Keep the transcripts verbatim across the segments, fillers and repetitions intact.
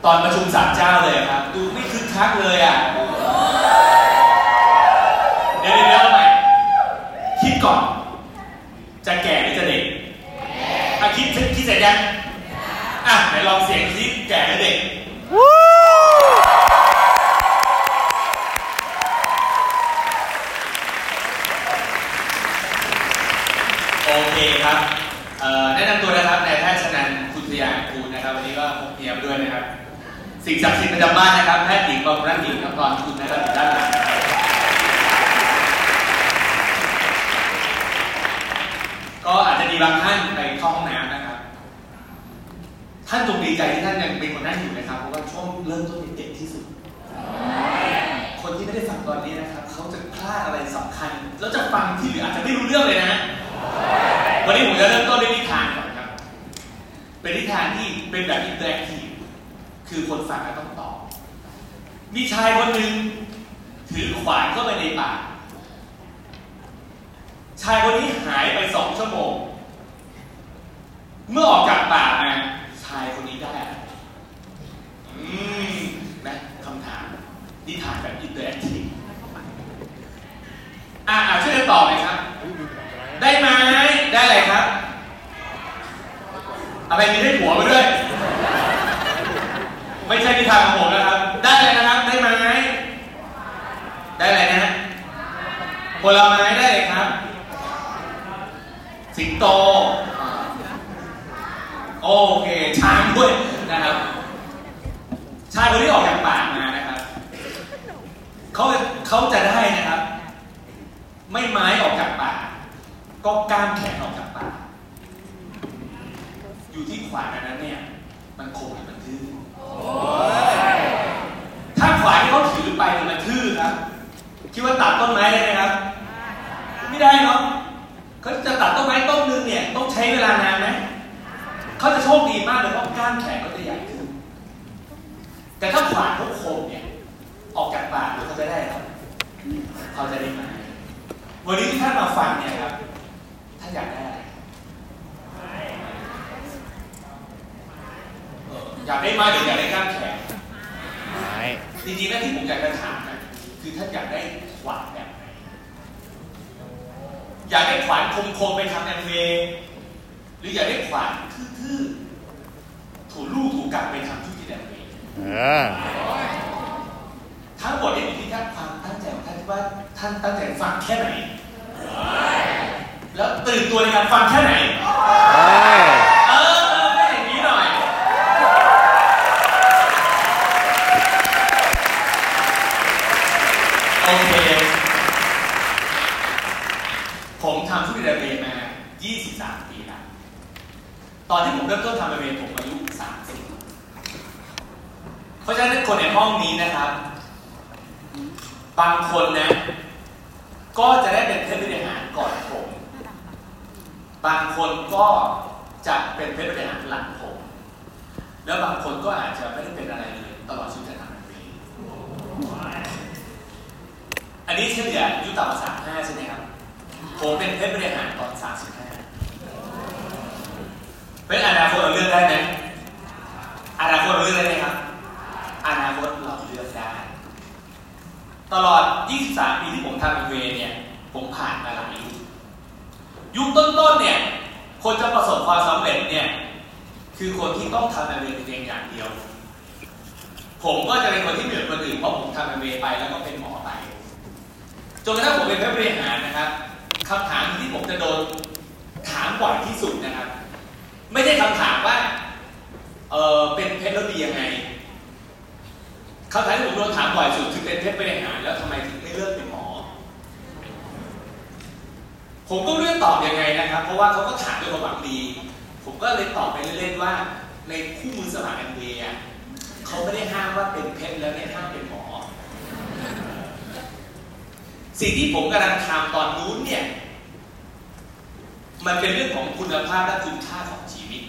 ตอนประชุมศาลเจ้าเลยครับดูไม่คึกคักเลยอ่ะเดี๋ยวเดี๋ยวใหม่คิดก่อนจะแก่หรือจะเด็กอ่ะคิดคิดเสร็จยังอ่ะไหนลองเสียงคิดแก่หรือเด็กโอเคครับแนะนำตัวนะครับนายแพทย์ชนันท์คุณทยากูลนะครับวันนี้ก็พบเพียบด้วยนะครับสิ่งศักดิ์สิทธิ์ประจำบ้านนะครับแพทย์หญิงบำรุงรัตน์หญิงนครคุณนะครับอยู่ด้านหลังก็อาจจะมีบางท่านไปเข้าห้องน้ำนะครับท่านจงดีใจที่ท่านยังเป็นคนนั่งอยู่นะครับเพราะว่าช่วงเริ่มต้นเป็นเด็กที่สุดคนที่ไม่ได้ฟังตอนนี้นะครับเขาจะพลาดอะไรสำคัญแล้วจะฟังที่เหลืออาจจะไม่รู้เรื่องเลยนะวันนี้ผมจะเริ่มต้นด้วยนิทานก่อนครับเป็นนิทานที่เป็นแบบอินเตอร์แอคทีฟคือคนฟังก็ต้องตอบมีชายคนหนึ่งถือขวานเข้าไปในป่าชายคนนี้หายไปสองชั่วโมงเมื่อออกจากป่ามาชายคนนี้ได้อืมนะคำถามนิทานแบบอินเตอร์แอคทีฟอ่าช่วยกันตอบหน่อยครับได้ไหมได้อะไรครับอะไรมีได้ผัวมาด้วยไม่ใช่นิทานของผมนะครับได้อะไรนะครับได้ไหมได้อะไรนะผลไม้ได้เลยครับสิงโตโอเคช้างด้วยนะครับชายคนที่ออกจากป่ามานะครับเขาเขาจะได้นะครับไม่ไม้ออกจากป่าก็ก้ามแขนออกจากป่าอยู่ที่ขวานนั้นเนี่ยมันคมหรือมันทื่อถ้าขวานที่เขาถือไปมันทื่อครับคิดว่าตัดต้นไม้ได้ไหมครับไม่ได้เนาะเขาจะตัดต้นไม้ต้นนึงเนี่ยต้องใช้เวลานานไหมเขาจะโชคดีมากเลยเพราะก้ามแขนเขาจะใหญ่ขึ้นแต่ถ้าขวานเขาคมเนี่ยออกจากป่าเขาจะได้ครับเขาจะได้ไม้วันนี้ที่ท่านมาฟังเนี่ยครับท่านอยากได้อะไรอยากได้ไม้หรืออยากได้ก้ามแขนจริงๆแล้วที่ผมอยากจะถามนะคือท่านอยากได้ขวานแบบไหนอยากได้ขวานคมๆไปทำแอมเวย์หรืออยากได้ขวานทื่อๆถูลู่ถูกัดไปทำธุรกิจแอมเวย์ทั้งหมดนี้อยู่ที่ท่านความตั้งใจของท่านว่าท่านตั้งใจฟังแค่ไหนแล้วตื่นตัวในการฟังแค่ไหนเออเออได้อย่างนี้หน่อยโอเคผมทำธุรกิจแอมเวย์มายี่สิบสามปีแล้วตอนที่ผมเริ่มต้นทำแอมเวย์ผมอายุสามสิบเพราะฉะนั้นคนในห้องนี้นะครับบางคนนะก็จะได้เป็นเพชรบริหารก่อนผมบางคนก็จะเป็นเพชรบริหารหลังผมแล้วบางคนก็อาจจะไม่ได้เป็นอะไรเลยตลอดชีวิตการทำงานนี้อันนี้เฉลี่ยอายุต่ำกว่าสามสิบห้าใช่ไหมครับผมเป็นเพชรบริหารตอนสามสิบห้าเป็นอนาคตเราเลือกได้ไหมอนาคตเราเลือกได้ไหมครับอนาคตเราเลือกได้ตลอดยี่สิบสามปีที่ผมทำแอมเวย์เนี่ยผมผ่านมาหลายยุคยุคต้นๆเนี่ยคนจะประสบความสำเร็จเนี่ยคือคนที่ต้องทำแอมเวย์เพียงอย่างเดียวผมก็จะเป็นคนที่เหนือคนอื่นเพราะผมทำแอมเวย์ไปแล้วก็เป็นหมอไปจนกระทั่งผมเป็นผู้บริหารนะครับคำถามที่ผมจะโดนถามบ่อยที่สุดนะครับไม่ใช่คำถามว่าเออเป็นเพชรแล้วดียังไงคำถามที่ผมโดนถามบ่อยสุดคือเป็นเพชรบริหารแล้วทำไมถึงไม่เลือกเป็นหมอผมก็ไม่รู้จะตอบยังไงนะครับเพราะว่าเขาก็ถามด้วยความหวังดีผมก็เลยตอบไปเล่นๆว่าในคู่มือสมัครแอมเวย์เขาไม่ได้ห้ามว่าเป็นเพชรแล้วเนี่ยห้ามเป็นหมอสิ่งที่ผมกำลังทำตอนนู้นเนี่ยมันเป็นเรื่องของคุณภาพและคุณค่าของชีวิต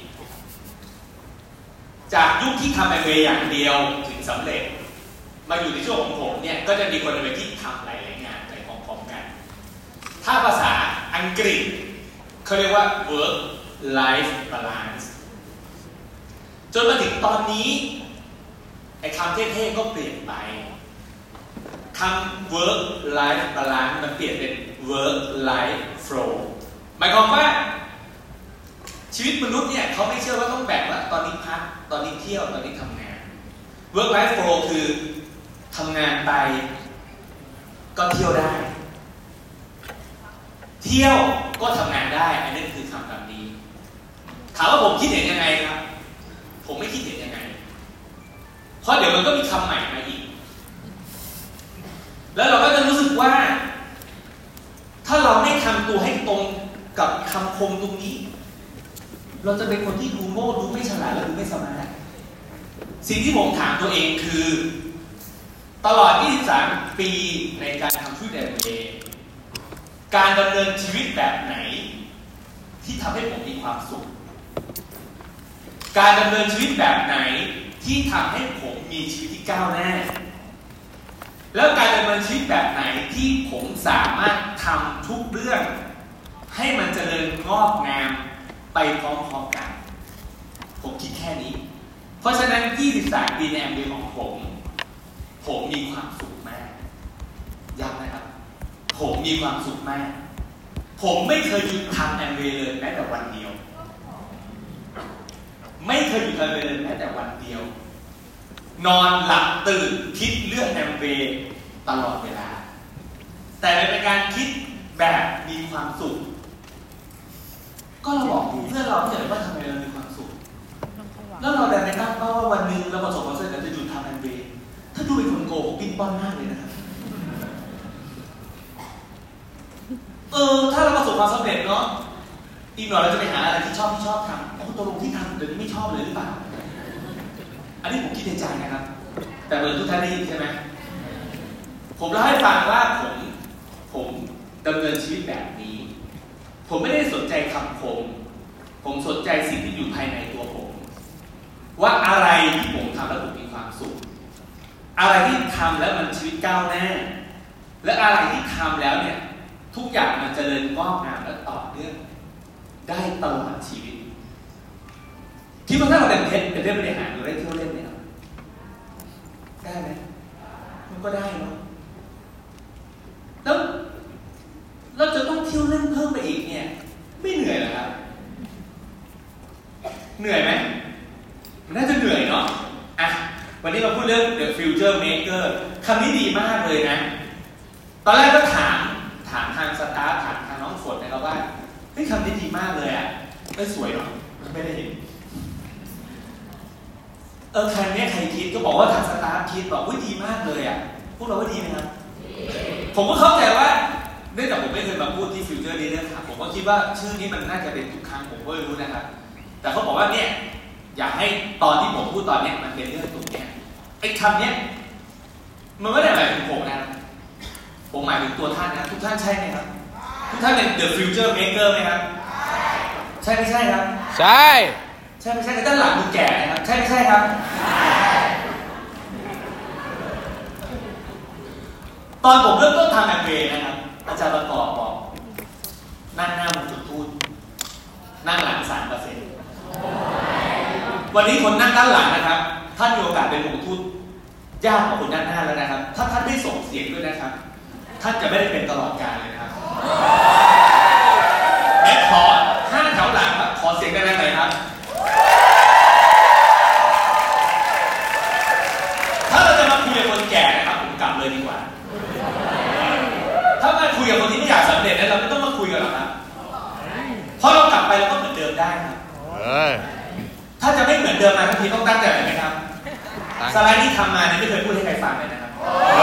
จากยุคที่ทำแอมเวย์อย่างเดียวถึงสำเร็จมาอยู่ในช่วงของผมเนี่ยก็จะมีคนในที่ทำหลายๆงานไปพร้อมๆกันถ้าภาษาอังกฤษเขาเรียกว่า work life balance จนมาถึงตอนนี้อ้คำเท่ๆก็เปลี่ยนไปคำ work life balance มันเปลี่ยนเป็น work life flow หมายความว่าชีวิตมนุษย์เนี่ยเขาไม่เชื่อว่าต้องแบ่งว่าตอนนี้พักตอนนี้เที่ยวตอนนี้ทำงาน work life flow คือทำงานไปก็เที่ยวได้เที่ยวก็ทำงานได้อันนี้คือคำแบบนี้ถามว่าผมคิดเห็นยังไงครับผมไม่คิดเห็นยังไงเพราะเดี๋ยวมันก็มีคำใหม่มาอีกแล้วเราก็จะรู้สึกว่าถ้าเราไม่ทำตัวให้ตรงกับคำคมตรงนี้เราจะเป็นคนที่ดูโง่ดูไม่ฉลาดและดูไม่สมาร์ทสิ่งที่ผมถามตัวเองคือตลอดยี่สิบสามปีในการทำธุรกิจ เอ็ม เอ การดำเนินชีวิตแบบไหนที่ทำให้ผมมีความสุขการดำเนินชีวิตแบบไหนที่ทำให้ผมมีชีวิตที่ก้าวหน้าแล้วการดำเนินชีวิตแบบไหนที่ผมสามารถทำทุกเรื่องให้มันเจริญงอกงามไปพร้อมๆกันผมคิดแค่นี้เพราะฉะนั้นยี่สิบสามปีในแอมเบของผมผมมีความสุขมากย้ำนะครับผมมีความสุขมากผมไม่เคยหยุดทำแอมเบเลยแม้แต่วันเดียวไม่เคยหยุดทำแอมเบเลยแม้แต่วันเดียวนอนหลับตื่นคิดเรื่องแอมเบตลอดเวลาแต่เป็นการคิดแบบมีความสุขก็เราบอกเพื่อนเราไม่เห็นว่าทำไมเรามีความสุขแล้วเราได้ไปตั้งเป้าว่าวันหนึ่งเราประสบความสำเร็จจะหยุดทำแอมเบถ้าดูเป็นคนโกหกปิ้นป้อนมากเลยนะครับเออถ้าเราประสบความสำเร็จเนาะอีกหน่อยเราจะไปหาอะไรที่ชอบที่ชอบทำเอาตัวลงที่ทำเดี๋ยวนี้ไม่ชอบเลยหรือเปล่าอันนี้ผมคิดในใจนะครับแต่เมื่อทุกท่านได้ยินใช่ไหมผมเล่าให้ฟังว่าผมผมดำเนินชีวิตแบบนี้ผมไม่ได้สนใจคำผมผมสนใจสิ่งที่อยู่ภายในตัวผมว่าอะไรที่ผมทำแล้วผมมีความสุขอะไรที่ทำแล้วมันชีวิตก้าวหน้าและอะไรที่ทำแล้วเนี่ยทุกอย่างมันเจริญงอกงามและต่อเนื่องได้ตลอดชีวิตคิดว่าถ้าเราเป็นเทสเป็นเรื่องบริหารเราได้เที่ยวเล่นไหมครับได้ไหมมันก็ได้เนาะแล้วเราจะต้องเที่ยวเล่นเพิ่มไปอีกเนี่ยไม่เหนื่อยเหรอครับเหนื่อยไหมมันน่าจะเหนื่อยเนาะอ่ะวันนี้เราพูดเรื่อง the future maker คำนี้ดีมากเลยนะตอนแรกก็ถามถามทางสตาฟถามทางน้องฝนนะครับว่าเฮ้ยคำนี้ดีมากเลยอ่ะไม่สวยเนาะไม่ได้เห็นเออใครเนี่ยใครคิดก็บอกว่าทางสตาฟคิดบอกว่าดีมากเลยอ่ะพวกเราว่าดีไหมครับผมก็เข้าใจว่าเนื่องจากผมไม่เคยมาพูดที่ฟิวเจอร์นี้นะครับผมก็คิดว่าชื่อนี้มันน่าจะเป็นทุกครั้งผมก็ไม่รู้นะครับแต่เขาบอกว่าเนี่ยอยากให้ตอนที่ผมพูดตอนเนี้ยมันเป็นเรื่องตรงเนี้ยไอ้คำเนี้ยมันไม่ได้หมายถึงผมนะผมหมายถึงตัวท่านนะทุกท่านใช่ไหมครับทุกท่านเป็น the future maker ไหมครับใช่ไม่ใช่ครับใช่ใช่ไม่ใช่ด้านหลังดูแก่นะครับใช่ไม่ใช่ครับตอนผมเริ่มต้นทำแอมเวย์นะครับอาจารย์ประกอบบอกนั่งหน้ามันจุดทูตนั่งหลังสามเปอร์เซ็นต์วันนี้คนนั่งด้านหลังนะครับท่านมีโอกาสเป็นหมู่ทูตยากกว่าคนด้านหน้าแล้วนะครับถ้าท่านไม่ส่งเสียงด้วยนะครับท่านจะไม่ได้เป็นตลอดกาลเลยนะครับและขอห้าแถวหลังครับขอเสียงได้ไหมครับถ้าเราจะมาคุยกับคนแก่นะครับผมกลับเลยดีกว่าถ้ามาคุยกับคนที่ไม่อยากสำเร็จเราไม่ต้องมาคุยกันหรอกครับเพราะเรากลับไปเราก็เหมือนเดิมได้ครับถ้าจะไม่เหมือนเดิมมาทันทีต้องตั้งใจไหมครับสไลด์ที่ทำมานี่ไม่เคยพูดให้ใครฟังเลยนะครับ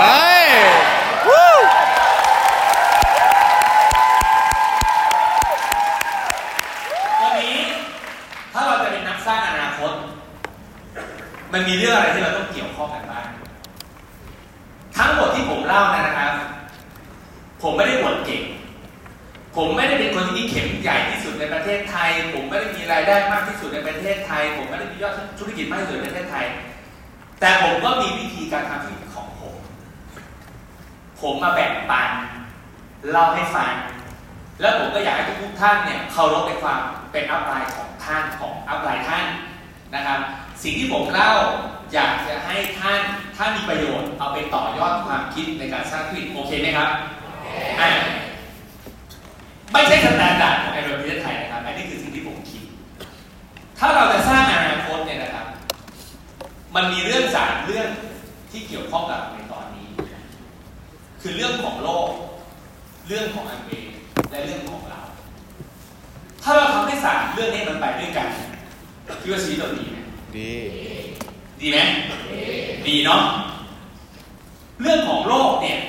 วันนี้ถ้าเราจะเป็นนักสร้างอนาคตมันมีเรื่องอะไรที่เราต้องเกี่ยวข้องกันบ้างทั้งหมดที่ผมเล่านะครับผมไม่ได้อวดเก่งผมไม่ได้เป็นคนที่มีเข็มใหญ่ที่สุดในประเทศไทยผมไม่ได้มีรายได้มากที่สุดในประเทศไทยผมไม่ได้มียอดธุรกิจมากที่สุดในประเทศไทยแต่ผมก็มีวิธีการทำธุรกิจของผมผมมาแบ่งปันเล่าให้ฟังแล้วผมก็อยากให้ทุกท่านเนี่ยเคารพในความเป็นอัพไลน์ของท่านของอัพไลน์ท่านนะครับสิ่งที่ผมเล่าอยากจะให้ท่านานถ้ามีประโยชน์เอาไปต่อยอดความคิดในการสร้างธุรกิจโอเคไหมครับอ่าไม่ใช่สแตนดาร์ดของไอโรประเทศไทยนะครับอันนี้คือสิ่งที่ผมคิดถ้าเราจะสร้างอนาคตเนี่ยนะครับมันมีเรื่องสามเรื่องที่เกี่ยวข้องกับในตอนนี้คือเรื่องของโลกเรื่องของอันเองและเรื่องของเราถ้าเราทำให้สามเรื่องนี้มันไปด้วยกันคิดว่าชีวิตเราดีไหมดีดีไหมดีเนาะเรื่องของโลกเนี่ย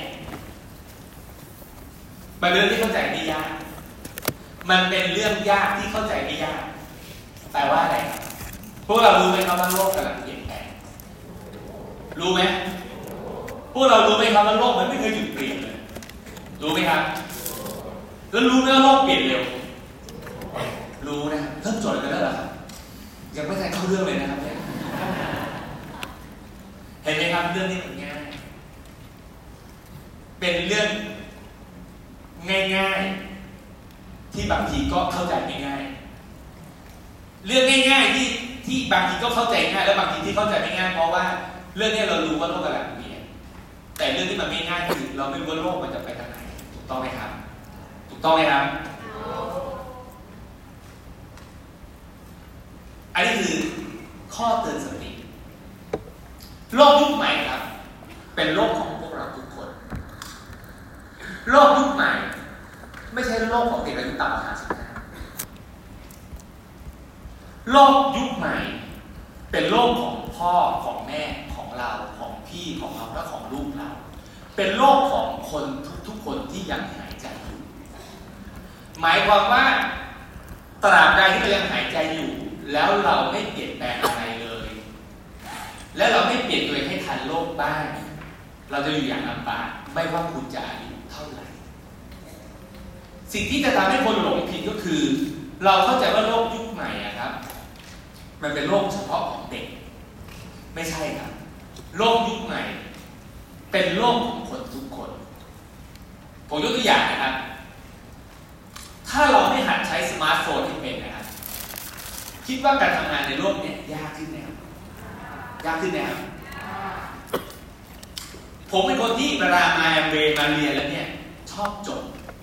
มันเป็นเรื่องที่เข้าใจไม่ยากมันเป็นเรื่องยากที่เข้าใจไม่ยากแปลว่าอะไรพวกเรารู้ไหมครับว่าโลกกำลังเปลี่ยนแปลงรู้ไหมพวกเรารู้ไหมครับว่าโลกมันไม่เคยหยุดเปลี่ยนเลยรู้ไหมครับแล้วรู้ไหมว่าโลกเปลี่ยนเร็วรู้นะเริ่มจดกันแล้วเหรอครับยังไม่ทันเข้าเรื่องเลยนะครับเนี่ยเห็นไหมครับเรื่องนี้มันง่ายเป็นเรื่องง่ายๆที่บางทีก็เข้าใจไม่ง่ายเรื่องง่ายๆที่ที่บางทีก็เข้าใจง่ายแล้วบางทีที่เข้าใจไม่ง่ายเพราะว่าเรื่องนี้เรารู้ว่าโลกกำลังเปลี่ยนแต่เรื่องที่มันไม่ง่ายคือเราไม่รู้ว่าโลกมันจะไปทางไหนถูกต้องไหมครับถูกต้องไหมครับอันนี้คือข้อเตือนสติโลกยุคใหม่ครับเป็นโลกของพวกเราทุกคนโลกยุคใหม่ไม่ใช่โลกของเด็กอายุต่ำกว่าห้าสิบห้าโลกยุคใหม่เป็นโลกของพ่อของแม่ของเราของพี่ของเราและของลูกเราเป็นโลกของคนทุกๆคนที่ยังหายใจอยู่หมายความว่าตราบใดที่เรายังหายใจอยู่แล้วเราไม่เปลี่ยนแปลงอะไรเลยและเราไม่เปลี่ยนตัวเองให้ทันโลกบ้างเราจะอยู่อย่างลำบากไม่ว่าคุณจะอายุเท่าไหร่สิ่งที่จะทำให้คนหลงผิดก็คือเราเข้าใจว่าโลกยุคใหม่อะครับมันเป็นโลกเฉพาะของเด็กไม่ใช่ครับโลกยุคใหม่เป็นโลกของคนทุกคนผมยกตัวอย่างนะครับถ้าเราไม่หัดใช้สมาร์ทโฟนที่เป็นนะครับคิดว่าการทำงานในโลกนี้ยากขึ้นไหมครับยากขึ้นไหมครับผมเป็นคนที่เวลามาเรียนมาเรียนแล้วเนี่ยชอบจด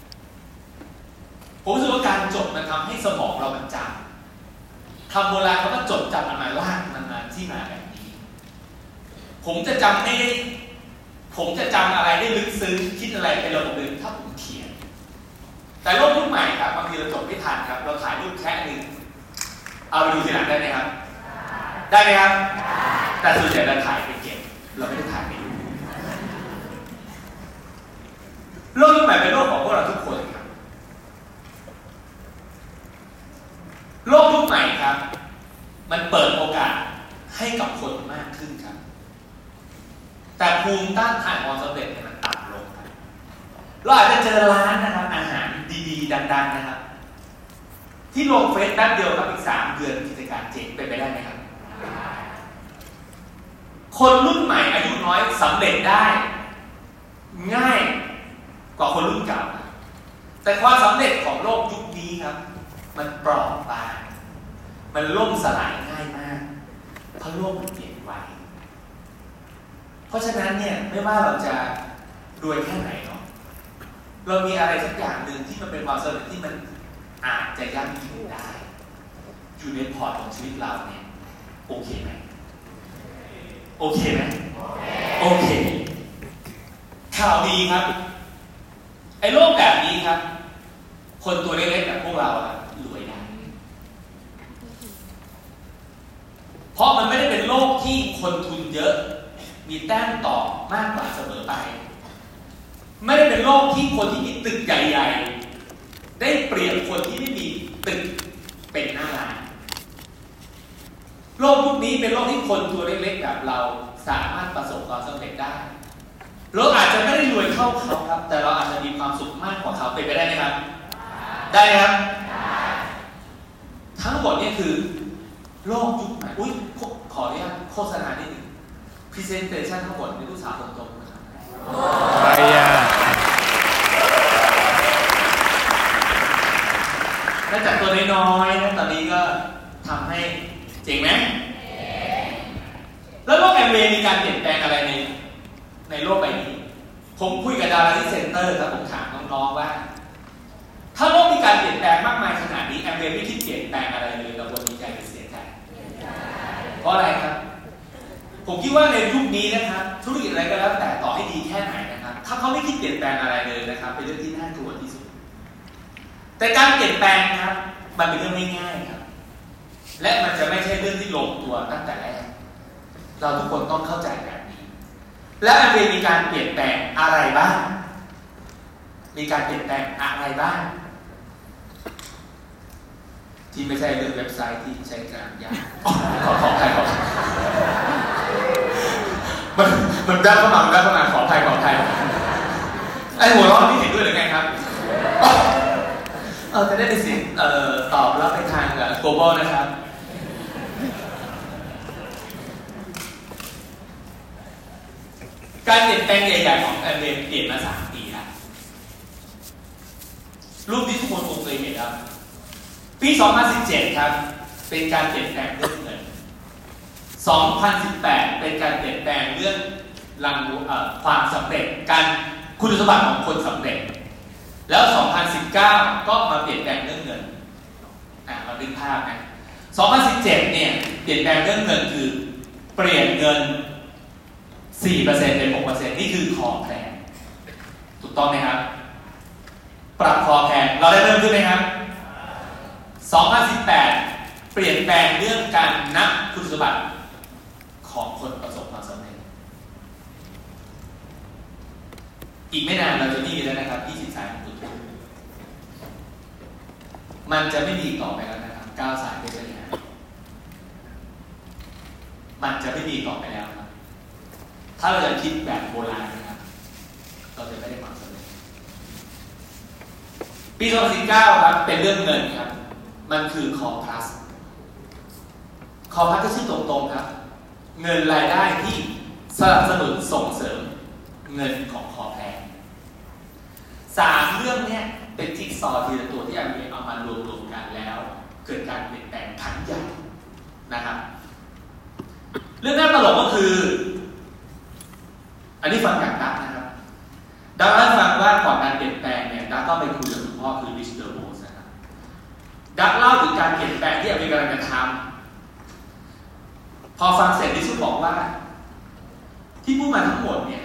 ผมรู้สึกว่าการจดมันทำให้สมองเรามันจำคำโบราณเขาว่าจดจำมันมาลากมันมาที่มาแบบนี้ผมจะจำไม่ได้ผมจะจำอะไรได้ลึกซึ้งคิดอะไรเป็นระบบนึงถ้าผมเขียนแต่โลกยุคใหม่ครับบางทีเราจดไม่ทันครับเราถ่ายรูปแค่นึงเอาไปดูทีหลังได้ไหมครับได้ไหมครับแต่ส่วนใหญ่เราถ่ายไปเก็บเราไม่ได้ถ่ายไปดูโลกยุคใหม่เป็นโลกของพวกเราทุกคนครับโลกยุคใหม่ครับมันเปิดโอกาสให้กับคนมากขึ้นครับแต่ภูมิต้านทานความสำเร็จมันต่ำลงครับเราอาจจะเจอร้านนะครับอาหารดีๆดังๆนะครับที่ลงเฟซแป๊บเดียวครับอีกสามเดือนกิจการเจ๊งเป็นไปได้ไหมครับคนรุ่นใหม่อายุน้อยสำเร็จได้ง่ายกว่าคนรุ่นเก่าแต่ความสำเร็จของโลกยุคนี้ครับมันเปราะบางมันล่มสลายง่ายมากเพราะโลกมันเปลี่ยนไวเพราะฉะนั้นเนี่ยไม่ว่าเราจะรวยแค่ไหนเนาะเรามีอะไรสักอย่างหนึ่งที่มันเป็นความสำเร็จที่มันอาจจะยั่งยืนได้อยู่ในพอร์ตของชีวิตเราเนี่ยโอเคไหมโอเคไหมโอเคข่าวดีครับไอ้โลกแบบนี้ครับคนตัวเล็กๆแบบพวกเรารวยได้เพราะมันไม่ได้เป็นโลกที่คนทุนเยอะมีแต้มต่อมากกว่าเสมอไปไม่ได้เป็นโลกที่คนที่มีตึกใหญ่ๆได้เปรียบคนที่ไม่มีตึกเป็นหน้าร้านโลกยุคนี้เป็นโลกที่คนตัวเล็กๆแบบเราสามารถประสบความสำเร็จได้เราอาจจะไม่ได้รวยเท่าเขาครับแต่เราอาจจะมีความสุขมากกว่าเขาเป็นไปได้ไหมครับได้ครับทั้งหมดนี่คือโลกยุคใหม่อุ้ยขออนุญาตโฆษณานิดนึง presentation ทั้งหมดเป็นลูกสาวคนโตนะครับอะไรอ่ะและจากตัวน้อยๆนะตอนนี้ก็ทำให้เจ๋งไหมแล้วโลกแอมเวย์มีการเปลี่ยนแปลงอะไรในในโลกใบนี้ผมคุยกับดาราที่เซ็นเตอร์ครับผมถามน้องๆว่าถ้าโลกมีการเปลี่ยนแปลงมากมายขนาดนี้แอมเวย์ไม่คิดเปลี่ยนแปลงอะไรเลยเราควรดีใจหรือเสียใจเพราะอะไรครับผมคิดว่าในยุคนี้นะครับธุรกิจอะไรก็แล้วแต่ต่อให้ดีแค่ไหนนะครับถ้าเขาไม่คิดเปลี่ยนแปลงอะไรเลยนะครับเป็นเรื่องที่น่ากลัวที่สุดแต่การเปลี่ยนแปลงครับมันเป็นเรื่องไม่ง่ายครับและมันจะไม่ใช่เรื่องที่ลงตัวตั้งแต่แรกเราทุกคนต้องเข้าใจแบบนี้และแอมเวย์มีการเปลี่ยนแปลงอะไรบ้างมีการเปลี่ยนแปลงอะไรบ้างที่ไม่ใช่เรื่องเว็บไซต์ที่ใช้การยากขอขออภัยขอมันมันดับเข้ามามันดับเข้ามาขออภัยขออภัยไอ้หัวร้อนนี่เห็นด้วยหรือไงครับเออจะได้เป็นสิ่งเอ่อตอบรับไปทางกับ global นะครับการเปลี่ยนแปลงใหญ่ๆของแอมเวย์เปลี่ยนมาสามปีแล้วรูปที่ทุกคนคงเคยเห็นครับปีสองพันสิบเจ็ดครับเป็นการเปลี่ยนแปลงเรื่องเงินสองพันสิบแปดเป็นการเปลี่ยนแปลงเรื่องรังความสำเร็จการคุณสมบัติของคนสำเร็จแล้วสองพันสิบเก้าก็มาเปลี่ยนแปลงเรื่องเงินอ่ะมาดึงภาพนะสองพันสิบเจ็ดเนี่ยเปลี่ยนแปลงเรื่องเงินคือเปลี่ยนเงิน สี่เปอร์เซ็นต์ เป็น หกเปอร์เซ็นต์ นี่คือคอแพงถูกต้องไหมครับปรับคอแพงเราได้เริ่มขึ้นไหมครับสองพันสิบแปดเปลี่ยนแปลงเรื่องการนับคุณสมบัติของคนประสบความสำเร็จอีกไม่นานเราจะมีแล้วนะครับยี่สิบสายของจุดมันจะไม่มีต่อไปแล้วนะครับเก้าสายเป็นปัญหามันจะไม่มีต่อไปแล้วครับถ้าเราจะคิดแบบโบราณนะครับเราจะไม่ได้ความสำเร็จปีสองพันสิบเก้าครับเป็นเรื่องเงินครับมันคือคอพลัสคอพลัสก็ชื่อตรงๆครับเงินรายได้ที่สนับสนุนส่งเสริมเงินของคอแพงสามเรื่องนี้เป็นจิ๊กซอว์ทีละตัวที่เอามารวมๆกันแล้วเกิดการเปลี่ยนแปลงครั้งใหญ่นะครับเรื่องน่าตลกก็คืออันนี้ฟังจากดักนะครับดักเล่าฟังว่าก่อนการเปลี่ยนแปลงเนี่ยดักก็ไปคุยกับคุณพ่อคือริชเดอร์โบสนะครับดักเล่าถึงการเปลี่ยนแปลงที่อเมริกากำลังจะทำพอฟังเสร็จริชบอกว่าที่พูดมาทั้งหมดเนี่ย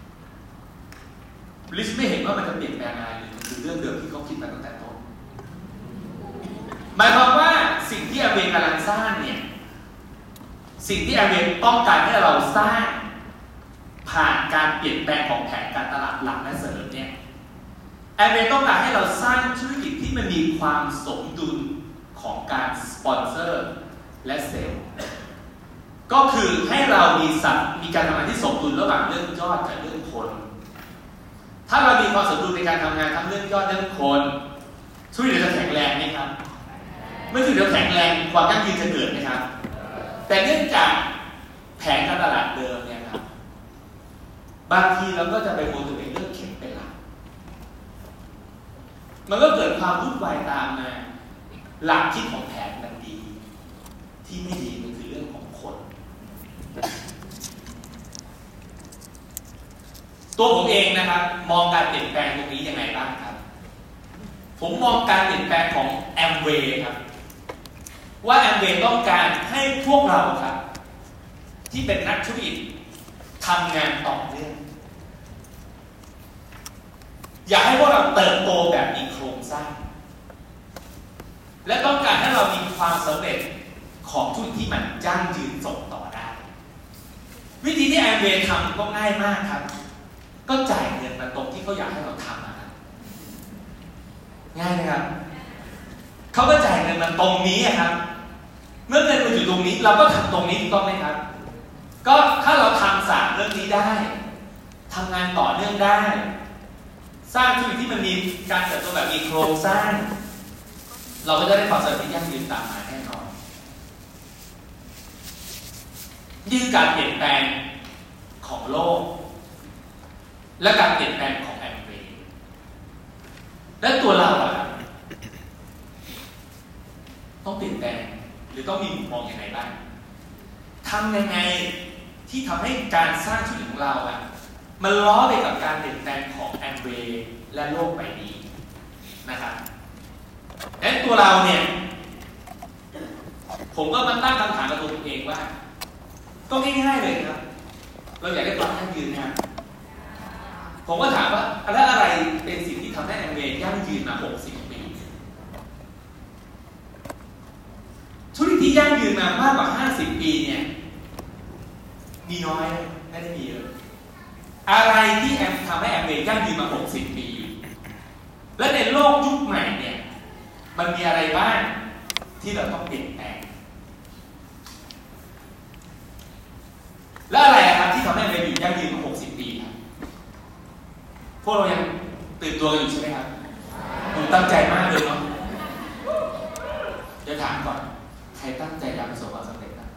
ริชไม่เห็นว่ามันจะเปลี่ยนแปลงอะไรเลยมันคือเรื่องเดิมที่เขาคิดมาตั้งแต่ต้นหมายความว่าสิ่งที่อเมริกากำลังสร้างเนี่ยสิ่งที่อเมริกาต้องการให้เราสร้างผ่านการเปลี่ยนแปลงของแผนการตลาดหลักและเสริมเนี่ยแอมเวย์ต้องการให้เราสร้างธุรกิจที่มันมีความสมดุลของการสปอนเซอร์และเซลล์ก็คือให้เรามีสัตว์มีการทำงานที่สมดุลระหว่างเรื่องยอดกับเรื่องคนถ้าเรามีความสมดุลในการทำงานทั้งเรื่องยอดเรื่องคนธุรกิจจะแข็งแรงไหมครับเมื่อธุรกิจแข็งแรงความยั่งยืนจะเกิดไหมครับแต่เนื่องจากแผนการตลาดเดิมเนี่ยครับบางทีเราก็จะไปโมตัวเองเรื่องเข็มเป็นหลักมันก็เกิดความวุ่นวายตามมาหลักคิดของแผนมันดีที่ไม่ดีมันคือเรื่องของคนตัวผมเองนะครับมองการเปลี่ยนแปลงตรงนี้ยังไงบ้างครับผมมองการเปลี่ยนแปลงของแอมเวย์ครับว่าแอมเวย์ต้องการให้พวกเราครับที่เป็นนักธุรกิจทำงานต่อเนื่องอยากให้พวกเราเติบโตแบบมีโครงสร้างและต้องการให้เรามีความสำเร็จของธุรกิจที่มันยั่งยืนส่งต่อได้วิธีที่แอมเวย์ทำก็ง่ายมากครับก็จ่ายเงินมาตรงที่เขาอยากให้เราทำนะครับง่ายไหมครับเขาก็จ่ายเงินมาตรงนี้ครับเมื่อเงินมันอยู่ตรงนี้เราก็ทำตรงนี้ถูกต้องไหมครับก็ถ้าเราทำสามเรื่องนี้ได้ทำงานต่อเนื่องได้สร้างธุรกิจที่มันมีการเติบโตแบบมีโครงสร้างเราก็จะได้ความสำเร็จที่ยั่งยืนตามมาแน่นอนนี่คือการเปลี่ยนแปลงของโลกและการเปลี่ยนแปลงของแอมเวย์และตัวเราอะต้องเปลี่ยนแปลงหรือต้องมีมุมมองยังไงบ้างทำยังไงที่ทำให้การสร้างธุรกิจของเราอ่ะมันล้อไปกับการเปลี่ยนแปลงของแอมเวย์และโลกใบนี้นะครับและตัวเราเนี่ยผมก็มาตั้งคำถามกับตัวเองว่าก็ง่ายๆเลยครับเราอยากได้ความยั่งยืนนะครับผมก็ถามว่าแล้วอะไรเป็นสิ่งที่ทำให้แอมเวย์ยั่งยืนมาหกสิบปีธุรกิจที่ยั่งยืนมามากกว่าห้าสิบปีเนี่ยมีน้อยไม่ได้มีเยอะอะไรที่แอมทำให้แอมเวย์ยั่งยืนมาหกสิบปีและในโลกยุคใหม่เนี่ยมันมีอะไรบ้างที่เราต้องเปลี่ยนแปลงและอะไรครับที่ทำให้แอมเวย์อยู่ยั่งยืนมาหกสิบปีครับพวกเรายังตื่นตัวกันอยู่ใช่ไหมครับดูตั้งใจมากเลยเนาะเดี๋ยวถามก่อนใครตั้งใจอยากประสบความสำเร็จนะ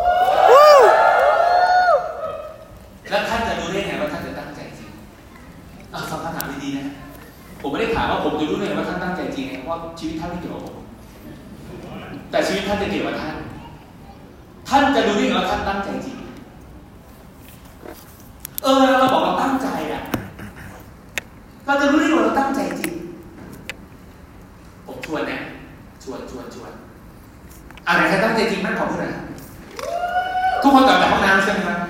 แล้วท่านจะรู้ได้ไงว่าท่านจะตั้งใจจริงเอาฟังคำถามดีๆนะผมไม่ได้ถามว่าผมจะรู้ได้ไงว่าท่านตั้งใจจริงเพราะชีวิตท่านไม่เกี่ยวกับผมแต่ชีวิตท่านจะเกี่ยวกับท่านท่านจะรู้ได้ไงว่าท่านตั้งใจจริงเออเราบอกเราตั้งใจอ่ะเราจะรู้ได้ไงว่าเราตั้งใจจริงผมชวนนะชวนชวนชวนอะไรใครตั้งใจจริงมากกว่าเพื่อนทุกคนกลับจากห้องน้ำใช่ไหมครับ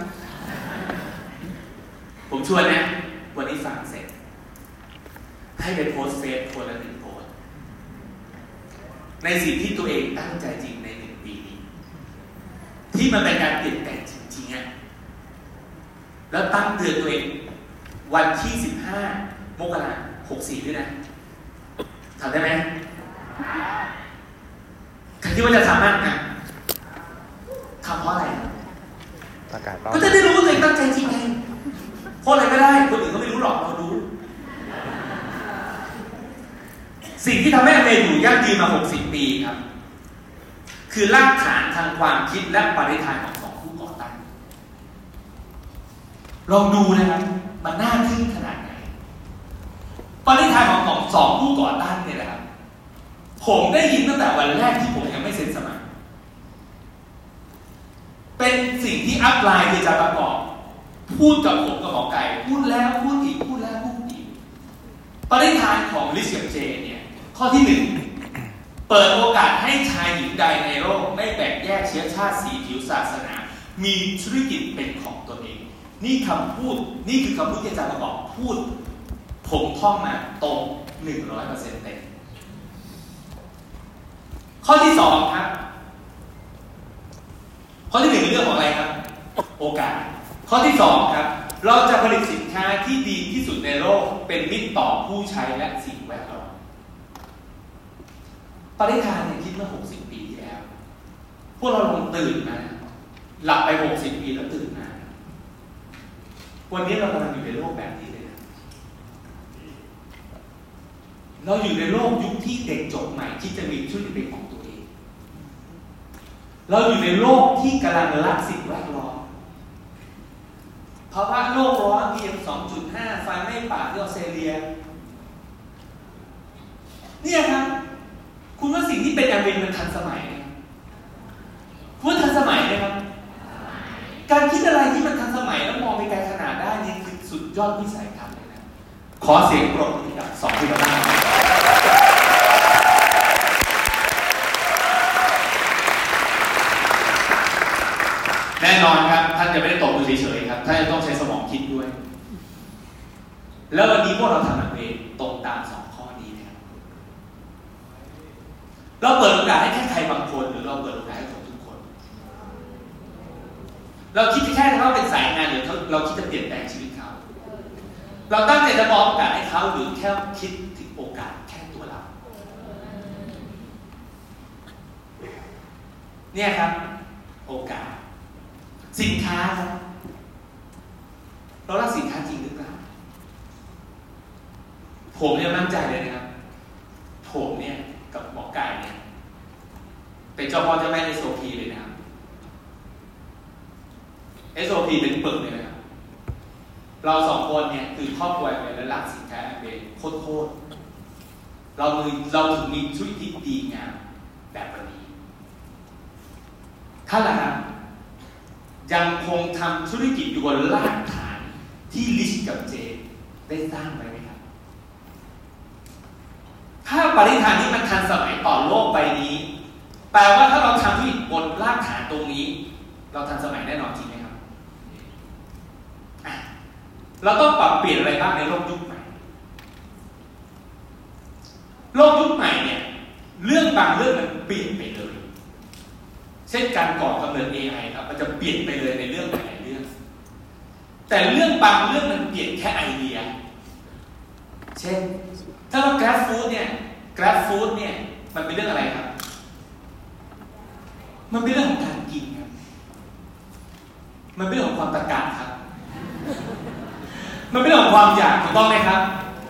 ผมชวนนะวันนี้ฟังเสร็จให้ไปโพสเฟซคนละหนึ่งโพสในสิ่งที่ตัวเองตั้งใจจริงในหนึ่งปีนี้ที่มันเป็นการเปลี่ยนแปลงจริงๆอ่ะแล้วตั้งเตือนตัวเองวันที่สิบห้ามกราคมหกสี่ด้วยนะทำได้ไหมใครคิดว่าจะทำบ้างนะทำเพราะอะไรก็จะได้รู้ว่าตัวเองตั้งใจจริงไงเพราะอะไรก็ได้คนอื่นก็ไม่รู้หรอกเรารู้สิ่งที่ทำให้อเมริกาอยู่ยั่งยืนมาหกสิบปีครับคือรากฐานทางความคิดและปณิธานของสองผู้ก่อตั้งลองดูนะครับมันน่าทึ่งขนาดไหนปณิธานของของสองผู้ก่อตั้งเนี่ยนะครับผมได้ยินตั้งแต่วันแรกที่ผมยังไม่เซ็นสมัครเป็นสิ่งที่อัพไลน์คือจะประกอบพูดกับผมกับหมอไก่พูดแล้วพูดอีกพูดแล้วพูดอีกปณิธานของลิเชียมเจเนี่ยข้อที่หนึ่งเปิดโอกาสให้ชายหญิงใดในโลกไม่แบ่งแยกเชื้อชาติสีผิวศาสนามีธุรกิจเป็นของตนเองนี่คำพูดนี่คือคำพูดที่อาจารย์ประกอบพูดผมท่องมาตรง หนึ่งร้อยเปอร์เซ็นต์ เต็มข้อที่สองครับข้อที่หนึ่งเป็นเรื่องของอะไรครับโอกาสข้อที่สองครับเราจะผลิตสินค้าที่ดีที่สุดในโลกเป็นมิตรต่อผู้ใช้และสิ่งแวดล้อมปณิธานเนี่ยคิดเมื่อหกสิบปีที่แล้วพวกเราลงตื่นมาหลับไปหกสิบปีแล้วตื่นมาวันนี้เรากำลังอยู่ในโลกแบบนี้เลยนะเราอยู่ในโลกยุคที่เด็กจบใหม่ที่จะมีธุรกิจเป็นของตัวเองเราอยู่ในโลกที่กำลังรักสิ่งแวดล้อมภาวะโลกร้อน พี เอ็ม สองจุดห้า ไฟไหม้ป่าที่ออสเตรเลียเนี่ยครับคุณว่าสิ่งที่เป็นแอมเวย์มันทันสมัยไหมคุณว่าทันสมัยไหมครับการคิดอะไรที่มันทันสมัยแล้วมองไปไกลขนาดได้นี่คือสุดยอดวิสัยทัศน์เลยนะขอเสียงปรบมือกับสองที่เราได้แน่นอนครับท่านจะไม่ได้ตกมือเฉยๆครับท่านจะต้องใช้สมองคิดด้วยแล้ววันนี้พวกเราทำแบบนี้ตรงตามสองข้อนี้นะครับเราเปิดโอกาสให้แค่ใครบางคนหรือเราเปิดโอกาสให้คนทุกคนเราคิดแค่เขาเป็นสายงานหรือเราคิดจะเปลี่ยนแปลงชีวิตเขาเราตั้งใจจะมองโอกาสให้เขาหรือแค่คิดถึงโอกาสแค่ตัวเราเนี่ยครับโอกาสสินค้าครับเรารักสินค้าจริงหรือเปล่าผมเนี่ยมั่นใจเลยนะครับผมเนี่ยกับหมอไก่เนี่ยเป็นเจ้าพ่อเจ้าแม่ เอส โอ พี เลยนะครับ เอส โอ พี เป็นปึกเลยนะครับเราสองคนเนี่ยคือครอบครัวเลยและรักสินค้าเป็นโคตรๆเรามีเราถึงมีธุรกิจดีงามแบบนี้ท่านล่ะครับยังคงทำธุรกิจอยู่บนรากฐานที่ลิชกับเจได้สร้างไว้ไหมครับถ้าปณิธานนี้มันทันสมัยต่อโลกใบนี้แปลว่าถ้าเราทำธุรกิจบนรากฐานตรงนี้เราทันสมัยแน่นอนจริงไหมครับเราต้องปรับเปลี่ยนอะไรบ้างในโลกยุคใหม่โลกยุคใหม่เนี่ยเรื่องบางเรื่องมันเปลี่ยนไปเลยเช่นการก่อกำเนิด เอ ไอ ครับมันจะเปลี่ยนไปเลยในเรื่องหลายเรื่องแต่เรื่องบางเรื่องมันเปลี่ยนแค่ไอเดียเช่นถ้าเรา Grab Food เนี่ย Grab Food เนี่ยมันเป็นเรื่องอะไรครับมันเป็นเรื่องของการกินครับมันเป็นเรื่องของความตะการครับมันเป็นเรื่องของความอยากถูกต้องไหมครับ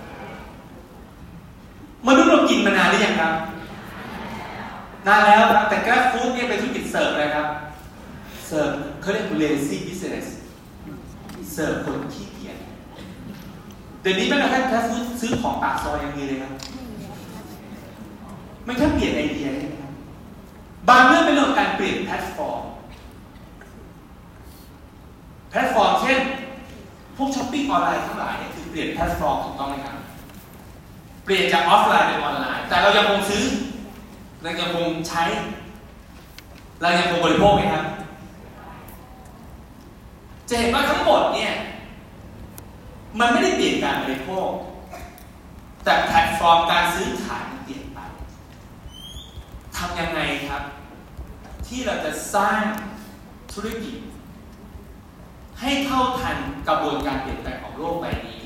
มนุษย์เรากินมานานหรือยังครับนานแล้วครับแต่ Grab Food เนี่ยเป็นธุรกิจเสิร์ฟอะไรครับเสิร์ฟเขาเรียก lazy business เสิร์ฟคนขี้เกียจเดี๋ยวนี้แม้กระทั่ง Grab Food ซื้อของปากซอยยังมีเลยครับมันแค่เปลี่ยนไอเดียได้ไหมครับบางเรื่องเป็นเรื่องการเปลี่ยนแพลตฟอร์มแพลตฟอร์มเช่นพวกช้อปปิ้งออนไลน์ทั้งหลายเนี่ยคือเปลี่ยนแพลตฟอร์มถูกต้องไหมครับเปลี่ยนจากออฟไลน์เป็นออนไลน์แต่เรายังคงซื้อเรายังคงใช้เรายังคงบริโภคไหมครับจะเห็นว่าทั้งหมดเนี่ยมันไม่ได้เปลี่ยนการบริโภคแต่แพลตฟอร์มการซื้อขายมันเปลี่ยนไปทำยังไงครับที่เราจะสร้างธุรกิจให้เท่าทันกระบวนการเปลี่ยนแปลงของโลกใบนี้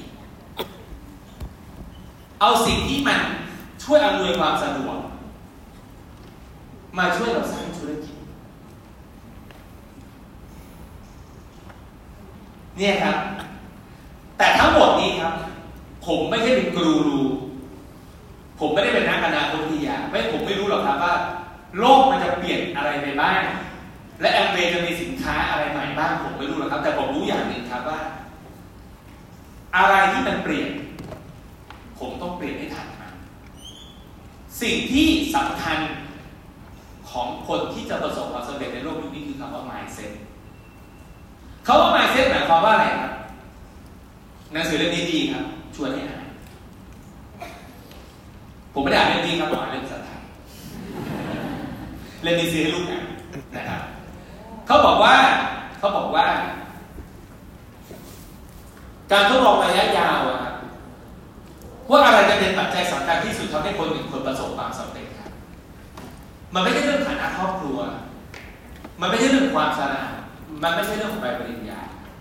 เอาสิ่งที่มันช่วยอำนวยความสะดวกมาช่วยเราสร้างธุรกิจเนี่ยครับแต่ทั้งหมดนี้ครับผมไม่ใช่เป็นกูรูผมไม่ได้เป็นนักอนาคตวิทยาไม่ผมไม่รู้หรอกครับว่าโลกมันจะเปลี่ยนอะไรไปบ้างและแอมเวย์จะมีสินค้าอะไรใหม่บ้างผมไม่รู้หรอกครับแต่ผมรู้อย่างหนึ่งครับว่าอะไรที่มันเปลี่ยนผมต้องเปลี่ยนให้ทันมันสิ่งที่สำคัญของคนที่จะประสบความสำเร็จในโลกยุคนี้คือคำว่า mindset คำว่า mindset หมายความว่าอะไรครับหนังสือเล่มนี้ดีครับชวนให้อ่านผมไม่ได้อ่านเล่มนี้ครับผมอ่านเล่มภาษาไทยเล่มนี้ซื้อให้ลูกอ่านนะครับเขาบอกว่าเขาบอกว่าการทดลองระยะยาวอะครับว่าอะไรจะเป็นปัจจัยสำคัญที่สุดทำให้คนหนึ่งคนประสบความสำเร็จครับมันไม่ใช่เรื่องฐานะครอบครัวมันไม่ใช่เรื่องความฉลาดมันไม่ใช่เรื่องของใบปริญญา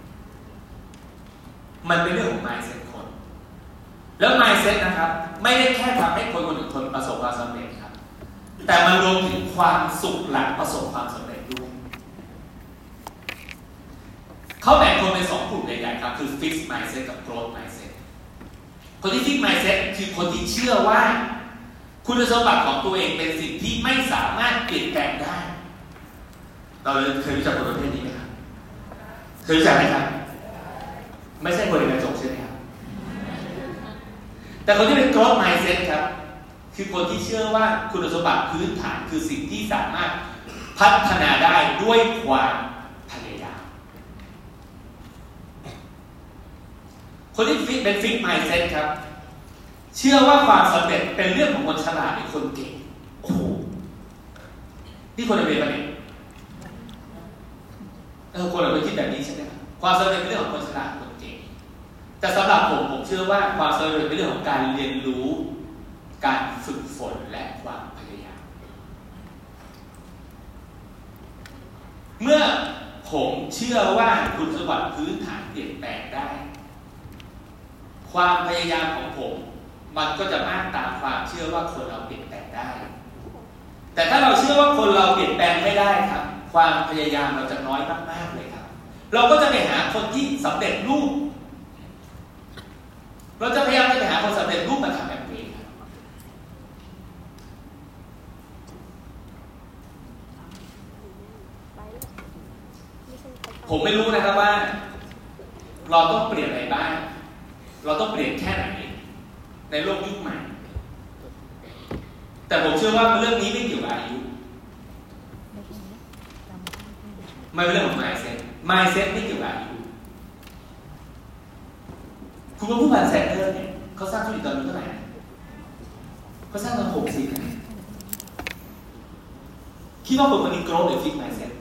มันเป็นเรื่องของ mindset คนแล้ว mindset นะครับไม่ได้แค่ทำให้คนคนหนึ่งคนประสบความสำเร็จครับแต่มันรวมถึงความสุขหลังประสบความสำเร็จด้วยเขาแบ่งคนเป็นสองกลุ่มใหญ่ๆครับคือ fixed mindset กับ growth mindset คนที่ fixed mindset คือคนที่เชื่อว่าคุณสมบัติของตัวเองเป็นสิ่งที่ไม่สามารถเปลี่ยนแปลงได้เราเคยรู้จักคนประเภทนี้ไหมครับเคยรู้จักไหมครับไม่ใช่คนในกระจกใช่ไหมครับแต่คนที่เป็น growth mindset ครับคือคนที่เชื่อว่าคุณสมบัติพื้นฐานคือสิ่งที่สามารถพัฒนาได้ด้วยความพยายามคนที่เป็น fixed mindset ครับเชื่อว่าความสำเร็จเป็นเรื่องของคนฉลาดหรือคนเก่งโอ้โหนี่คนเป็นปะเนี่ยเออคนเราคิดแบบนี้ใช่ไหมครับความสำเร็จเป็นเรื่องของคนฉลาดคนเก่งแต่สำหรับผมผมเชื่อว่าความสำเร็จเป็นเรื่องของการเรียนรู้การฝึกฝนและความพยายามเมื่อผมเชื่อว่าคุณสมบัติพื้นฐานเปลี่ยนแปลงได้ความพยายามของผมมันก็จะมากตามความเชื่อว่าคนเราเปลี่ยนแปลงได้แต่ถ้าเราเชื่อว่าคนเราเปลี่ยนแปลงไม่ได้ครับความพยายามเราจะน้อยมากๆเลยครับเราก็จะไปหาคนที่สำเร็จรูปเราจะพยายามจะไปหาคนสำเร็จรูปมาทำแบบนี้ครับผมไม่รู้นะครับว่าเราต้องเปลี่ยนอะไรบ้างเราต้องเปลี่ยนแค่ไหนในโลกยุคใหม่แต่ผมเชื่อว่าเรื่องนี้ไม่เกี่ยวกับอายุไม่เป็นเรื่องของ mindset mindset ไม่เกี่ยวกับอายุคุณว่าผู้พันแซนเดอร์เนี่ยเขาสร้างธุรกิจตอนนี้เท่าไหร่เขาสร้างตอนหกสิบคิดว่าคนคนนี้ growth หรือ fix mindset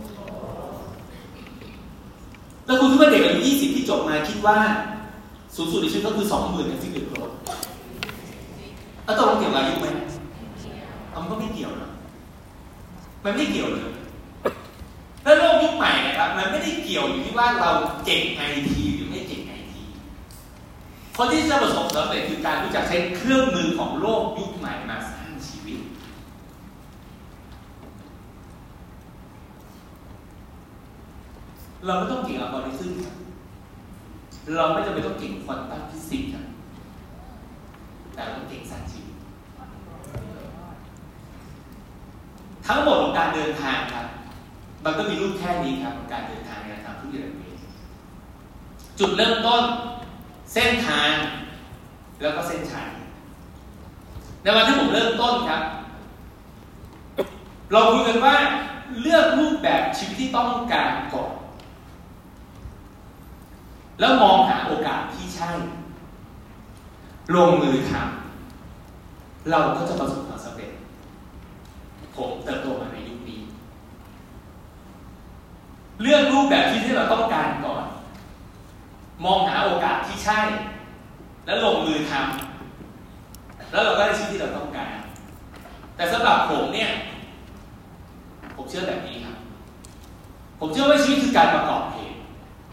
แล้วคุณคิดว่าเด็กอายุยี่สิบที่จบมาคิดว่าสูงสุดในชีวิตก็คือ สองหมื่น กับ fix growth แล้วตกลงเกี่ยวกับอายุไหมมันก็ไม่เกี่ยวนะมันไม่เกี่ยวเลยแล้วโลกยุคใหม่นะครับมันไม่ได้เกี่ยวอยู่ที่ว่าเราเก่งไอทีหรือไม่เก่งไอทีคนที่จะประสบความสำเร็จคือการรู้จักใช้เครื่องมือของโลกยุคใหม่มาสร้างชีวิตเราไม่ต้องเก่งอัลกอริทึมเราไม่จำเป็นต้องเก่งควอนตัมฟิสิกส์แต่เราต้องเก่งสร้างชีวิตทั้งหมดของการเดินทางครับมันก็มีรูปแค่นี้ครับของการเดินทางในการทำธุรกิจแบบนี้จุดเริ่มต้นเส้นทางแล้วก็เส้นชัยในวันที่ผมเริ่มต้นครับเราคุยกันว่าเลือกรูปแบบชีวิตที่ต้องการก่อนแล้วมองหาโอกาสที่ใช่ลงมือทำเราก็จะประสบความสำเร็จผมเติบโตมาในยุคนี้เลือกรูปแบบชีวิตที่เราต้องการก่อนมองหาโอกาสที่ใช่แล้วลงมือทำแล้วเราก็ได้ชีวิตที่เราต้องการแต่สำหรับผมเนี่ยผมเชื่อแบบนี้ครับผมเชื่อว่าชีวิตคือการประกอบเหตุ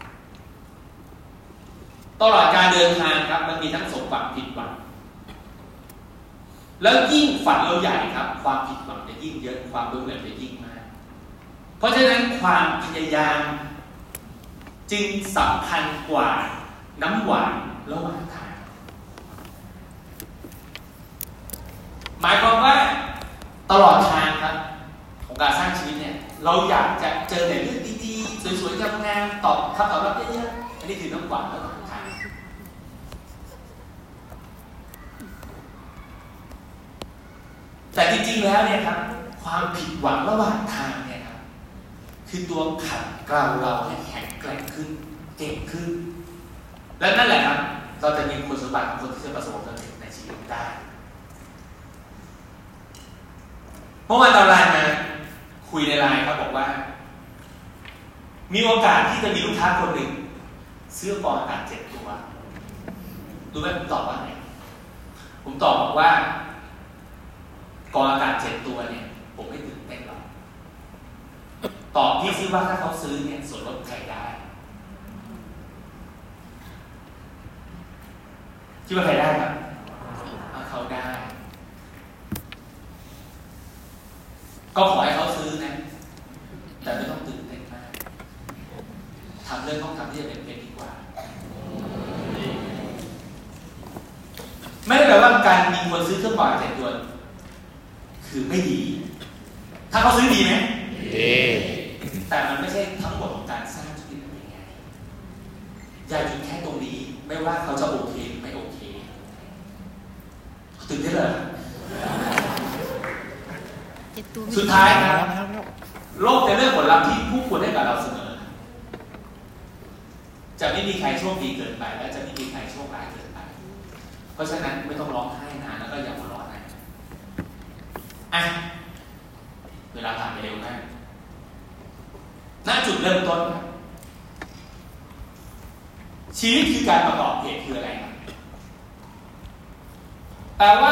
ตลอดการเดินทางครับมันมีทั้งสมหวังผิดหวังแล้วยิ่งฝันเราใหญ่ครับความผิดหวังจะยิ่งเยอะความล้มเหลวจะยิ่งมากเพราะฉะนั้นความพยายามจึงสำคัญกว่าน้ำหวานระหว่างทางหมายความว่าตลอดทางครับของการสร้างชีวิตเนี่ยเราอยากจะเจอแต่เรื่องดีๆสวยๆงามๆตอบคำตอบรับเยอะๆอันนี้คือน้ำหวานระหว่างทางแต่จริงๆแล้วเนี่ยครับความผิดหวังระหว่างทางเนี่ยครับคือตัวขัดเกลาเราให้แข็งแกร่งขึ้นเก่งขึ้นและนั่นแหละครับเราจะมีคุณสมบัติของคนที่จะประสบความสำเร็จในชีวิตได้เมื่อวานตอนไลน์มาคุยในไลน์ครับบอกว่ามีโอกาสที่จะมีลูกค้าคนหนึ่งซื้อกองอากาศเจ็ดตัวรู้ไหมผมตอบว่าไงผมตอบบอกว่ากองอากาศเจ็ดตัวเนี่ยผมไม่ตื่นเต้นหรอกตอบพี่ซิว่าถ้าเขาซื้อเนี่ยส่วนลดใครได้คิดว่าใครได้ครับเขาได้ก็ขอให้เขาซื้อนะแต่ไม่ต้องตื่นเต้นมากทำเรื่องต้องทำที่จะเป็นเป็นดีกว่าไม่ได้แปลว่าการมีคนซื้อเครื่องบอลเจ็ดตัวคือไม่ดีถ้าเขาซื้อดีไหมดีแต่มันไม่ใช่ทั้งหมดของการสร้างธุรกิจเป็นไงอย่าหยุดแค่ตรงนี้ไม่ว่าเขาจะโอเคไม่โอเคตื่นเต้นเลยสุดท้ายครับโลกจะเลือกผลลัพธ์ที่ผู้ควรให้กับเราเสมอจะไม่มีใครโชคดีเกินไปและจะไม่มีใครโชคร้ายเกินไปเพราะฉะนั้นไม่ต้องร้องไห้นานแล้วก็อย่าหัวเราะนะอ่ะเวลาผ่านไปเร็วมากณจุดเริ่มต้นชีวิตคือการประกอบเหตุคืออะไรครับแปลว่า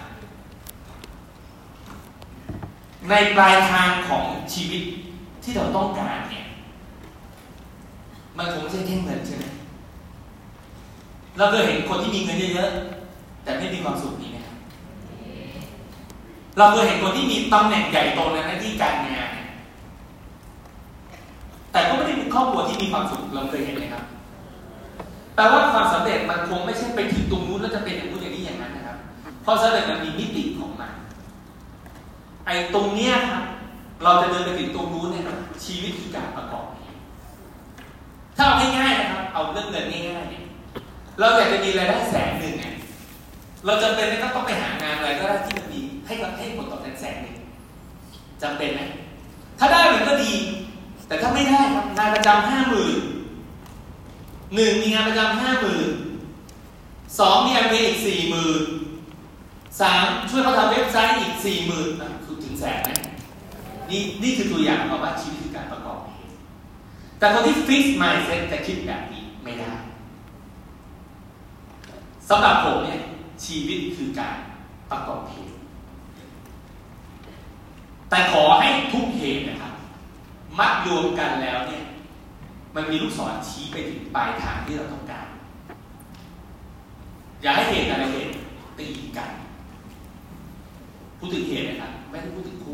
ในปลายทางของชีวิตที่เราต้องการเนี่ยมันคงไม่ใช่แค่เงินใช่ไหมเราเคยเห็นคนที่มีเงินเยอะๆแต่ไม่มีความสุขนี่ไหมครับเราเคยเห็นคนที่มีตำแหน่งใหญ่โตในหน้าที่การงานแต่ก็ไม่ได้เป็นครอบครัวที่มีความสุขเราเคยเห็นไหมครับแปลว่าความสำเร็จมันคงไม่ใช่ไปถึงตรงนู้นแล้วจะเป็นอย่างนู้นอย่างนี้อย่างนั้นนะครับความสำเร็จมันมีมิติของมันไอ้ตรงเนี้ยครับเราจะเดินไปถึงตรงนู้นเนี่ยชีวิตคือการประกอบถ้าเอาง่ายๆนะครับเอาเรื่องเงินง่ายๆเนี่ยเราอยากจะมีรายได้แสนหนึ่งเนี่ยเราจำเป็นไหมก็ต้องไปหางานอะไรก็ได้ที่มันมีให้ให้ผลตอบแทนแสนหนึ่งจำเป็นไหมถ้าได้มันก็ดีแต่ถ้าไม่ได้ครับงานประจำห้าหมื่นหนึ่งมีงานประจำห้าหมื่นสองมีแอมเวย์อีกสี่หมื่นสามช่วยเขาทำเว็บไซต์อีกสี่หมื่นคือถึงแสนไหมนี่นี่คือตัวอย่างของว่าชีวิตคือการประกอบเหตุแต่คนที่ฟิกซ์ mindset จะคิดแบบนี้ไม่ได้สำหรับผมเนี่ยชีวิตคือการประกอบเหตุแต่ขอให้ทุกเหตุนะครับมัดรวมกันแล้วเนี่ยมันมีลูกศรชี้ไปถึงปลายทางที่เราต้องการอย่าให้เหตุแต่ละเหตุตีกันพูดถึงเหตุนะครับไม่ได้พูดถึงคู่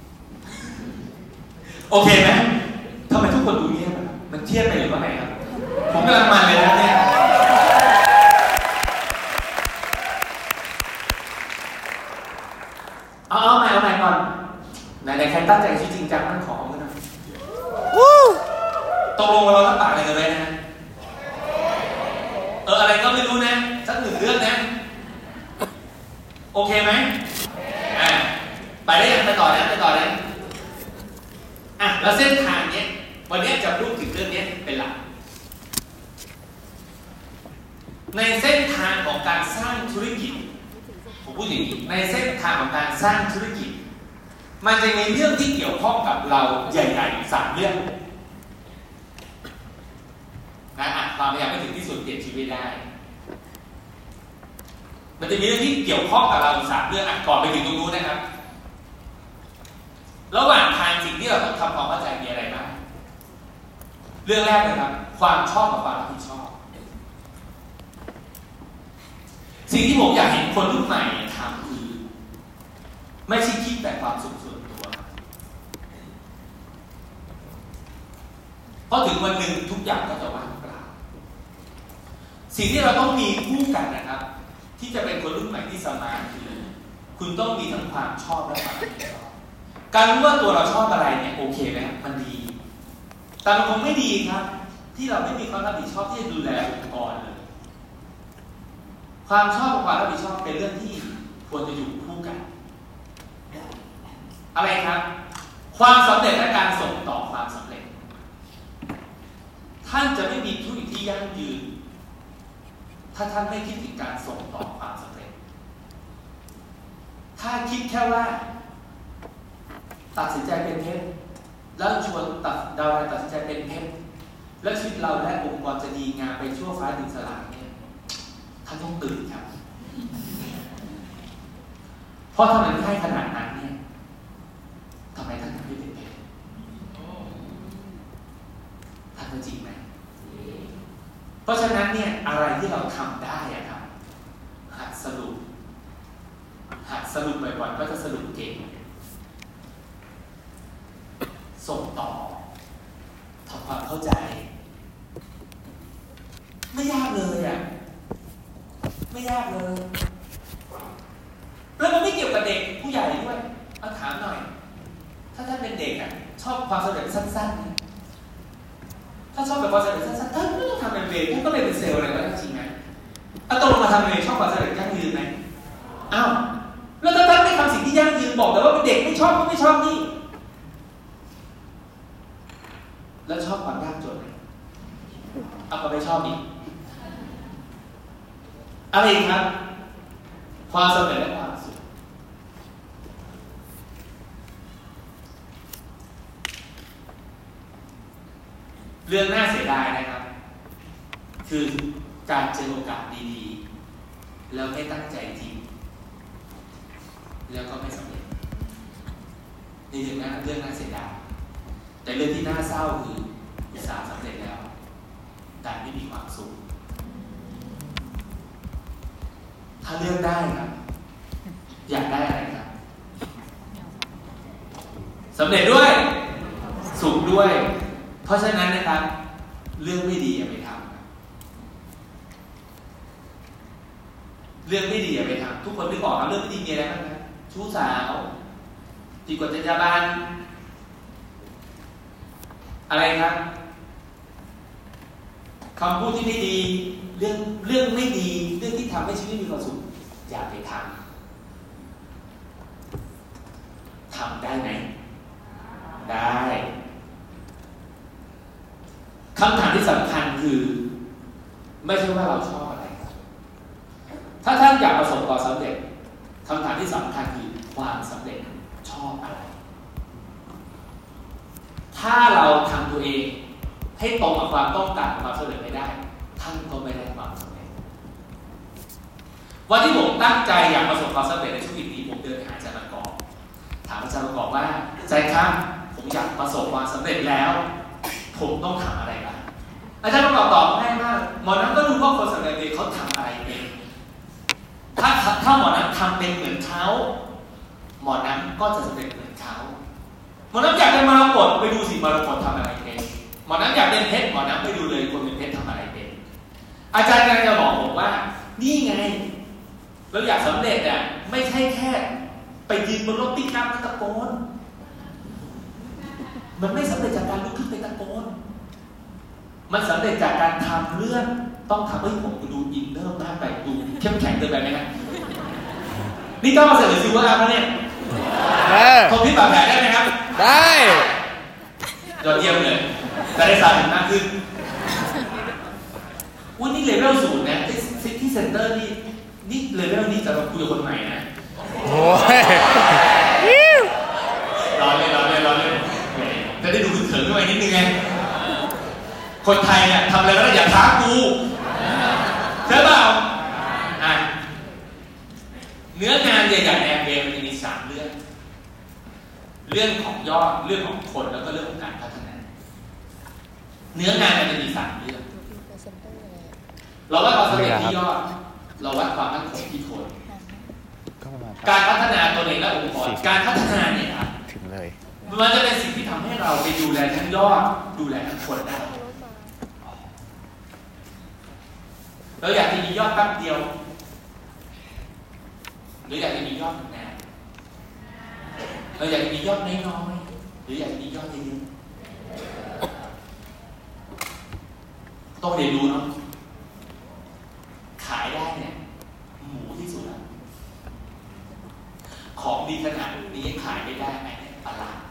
โอเคไหมทำไมทุกคนดูเงียบครับมันเครียดไปหรือว่าไงครับผมกำลังมันเลยนะเนี่ยเอาเอาใหม่เอาใหม่ก่อนไหนไหนใครตั้งใจชีวิตจริงจังนั่นขอเอาเงินหน่อยตกลงเราตั้งปากอะไรกันไว้นะเอออะไรก็ไม่รู้นะสักหนึ่งเรื่องนะโอเคไหมอ่ะไปได้ยังไปต่อนะไปต่อนะอ่ะแล้วเส้นทางเนี้ยวันนี้จะพูดถึงเรื่องนี้เป็นหลักในเส้นทางของการสร้างธุรกิจผมพูดอย่างนี้ในเส้นทางของการสร้างธุรกิจมันจะมีเรื่องที่เกี่ยวข้องกับเราใหญ่ๆสามเรื่องนะอ่ะความพยายามไม่ถึงที่สุดเปลี่ยนชีวิตได้มันจะมีเรื่องที่เกี่ยวข้องกับเราสามเรื่องอ่ะก่อนไปถึงตรงนู้นนะครับระหว่างทางสิ่งที่เราต้องทำความเข้าใจมีอะไรบ้างเรื่องแรกเลยครับความชอบกับความรับผิดชอบสิ่งที่ผมอยากเห็นคนรุ่นใหม่ทำคือไม่ใช่คิดแต่ความสุขส่วนตัวเพราะถึงวันหนึ่งทุกอย่างก็จะว่างเปล่าสิ่งที่เราต้องมีคู่กันนะครับที่จะเป็นคนรุ่นใหม่ที่สมาร์ทคือคุณต้องมีทั้งความชอบและความรับผิดชอบการรู้ว่าตัวเราชอบอะไรเนี่ยโอเคไหมมันดีแต่มันคงไม่ดีครับที่เราไม่มีความรับผิดชอบที่จะดูแลองค์กรเลยความชอบกับความรับผิดชอบเป็นเรื่องที่ควรจะอยู่คู่กันอะไรครับความสำเร็จและการส่งต่อความสำเร็จท่านจะไม่มีธุรกิจที่ยั่งยืนถ้าท่านไม่คิดถึงการส่งต่อความสำเร็จถ้าคิดแค่ว่าตัดสินใจเป็นเพชรแล้วชวนตัดดาวน์ตัดสินใจเป็นเพชรแล้วชีวิตเราและองค์กรจะดีงามไปชั่วฟ้าดินสลายเนี่ยท่านต้องตื่นครับเพราะถ้ามันใช่ขนาดนั้นเนี่ยทำไมท่านถึงไม่เป็นเพชรท่านก็จริงไหมเพราะฉะนั้นเนี่ยอะไรที่เราทำได้อะครับหัดสรุปหัดสรุปบ่อยๆก็จะสรุปเก่งส่งต่อทำความเข้าใจไม่ยากเลยอ่ะไม่ยากเลยแล้วมันไม่เกี่ยวกับเด็กผู้ใหญ่ด้วยเอาถามหน่อยถ้าท่านเป็นเด็กอ่ะชอบความสำเร็จสั้นๆถ้าชอบแบบความสำเร็จสั้นๆท่านไม่ต้องทำเป็นเวทท่านก็เลยเป็นเซลล์อะไรก็ได้จริงไหมเอาตกลงมาทำเวทชอบความสำเร็จยั่งยืนไหมอ้าวแล้วถ้าท่านไม่ทำสิ่งที่ยั่งยืนบอกแต่ว่าเป็นเด็กไม่ชอบก็ไม่ชอบนี่แล้วชอบความยากจนไหมเอาก็ไม่ชอบอีกอะไรครับความสำเร็จและความสุขเรื่องน่าเสียดายนะครับคือการเจอโอกาสดีๆแล้วไม่ตั้งใจจริงแล้วก็ไม่สำเร็จนี่เรื่องน่าเรื่องน่าเสียดายแต่เรื่องที่น่าเศร้าคืออุตสาห์สำเร็จแล้วแต่ไม่มีความสุขถ้าเลือกได้ครับอยากได้อะไรครับสำเร็จด้วยสุขด้วยเพราะฉะนั้นนะครับเรื่องไม่ดีอย่าไปทำเรื่องไม่ดีอย่าไปทำทุกคนไม่บอกครับเรื่องไม่ดีมีอะไรบ้างครับชู้สาวผิดกฎจรรยาบรรณอะไรครับคำพูดที่ไม่ดีเรื่องเรื่องไม่ดีเรื่องที่ทำให้ชีวิตมีความสุขอย่าไปทำทำได้ไหมได้ำถามที่สำคัญคือไม่ใช่ว่าเราชอบอะไรถ้าท่านอยากประสบความสำเร็จคำถามที่สำคัญคือความสำเร็จชอบอะไรถ้าเราทำตัวเองให้ตรงกับความต้องการความสำเร็จไม่ได้ท่านก็ไม่ได้ความสำเร็จวันที่ผมตั้งใจอยากประสบความสำเร็จในชีวิตนี้ผมเดินไปหาอาจารย์ประกอบถามอาจารย์ประกอบว่าอาจารย์ครับผมอยากประสบความสำเร็จแล้วผมต้องทำอะไรบ้างอาจารย์ประกอบตอบง่ายมากหมอนั้นก็ดูว่าคนสำเร็จเขาทำอะไรเป็นถ้าถ้าหมอนั้นทำเป็นเหมือนเขาหมอนั้นก็จะสำเร็จเหมือนเขาหมอนั้นอยากเป็นมรกตไปดูสิมรกตทำอะไรเป็นหมอนั้นอยากเป็นเพชรหมอนั้นไปดูเลยคนเป็นเพชรทำอะไรเป็นอาจารย์กำลังจะบอกผมว่านี่ไงเราอยากสำเร็จอ่ะไม่ใช่แค่ไปยืนบนรถปิกอัพตะโกนมันไม่สำเร็จจากการลุกขึ้นไปตะโกนมันสำเร็จจากการทำเรื่องต้องทำให้ผมดูอินเนอร์มากไปดูเข้มแข็งเกินไปไหมครับนี่ต้องมาเสนอซิว่าอะไรเนี่ยทนพิษบาดแผลได้ไหมครับได้ยอดเยี่ยมเลยจะได้สาธิตมากขึ้นวันนี้เลเวลศูนย์นะที่ที่เซ็นเตอร์นี่นี่เลเวลนี้จะมาคุยกับคนใหม่นะโอ้ยรอเลยรอเลยรอเลยจะได้ดูถึงถึงด้วยนิดนึงไงคนไทยเนี่ยทำอะไรก็ได้อย่าท้ากูใช่เปล่าอ่ะเนื้องานใหญ่ๆในแอมเบย์มันจะมีสามเรื่องเรื่องของยอดเรื่องของคนแล้วก็เรื่องของการพัฒนาเนื้องานมันจะมีสามเรื่องเราวัดความสำเร็จที่ยอดเราวัดความมั่นคงที่คนการพัฒนาตัวเองและองค์กรการพัฒนาเนี่ยครับถึงเลยมันจะเป็นสิ่งที่ทำให้เราไปดูแลทั้งยอดดูแลทั้งคนได้เราอยากจะมียอดแป๊บเดียวหรืออยากจะมียอดนานเราอยากจะมียอดน้อยๆหรืออยากจะมียอดเยอะๆต้องเรียนรู้เนาะขายได้เนี่ยหมูที่สุดแล้วของดีขนาดนี้ขายไม่ได้ไหมตลาด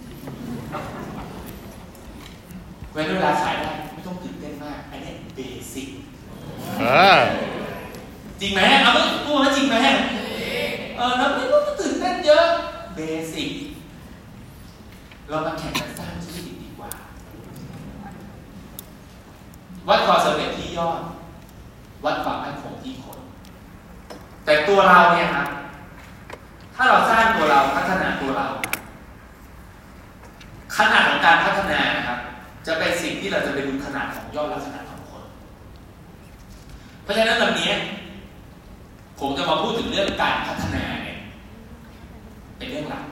เวลาขายได้ไม่ต้องตื่นเต้นมากอันนี้เบสิกจริงไหมเอาไม่พูดแล้วจริงไหมเออแล้วไม่ต้องตื่นเต้นเยอะเบสิกเรามาแข่งกันสร้างชีวิตดีกว่าวัดความสำเร็จที่ยอดวัดความมั่นคงที่คนแต่ตัวเราเนี่ยครับถ้าเราสร้างตัวเราพัฒนาตัวเราขนาดของการพัฒนานะครับจะเป็นสิ่งที่เราจะไปดูขนาดของยอดและขนาดของคนเพราะฉะนั้นวันนี้ผมจะมาพูดถึงเรื่องการพัฒนาเนี่ยเป็นเรื่องหลัก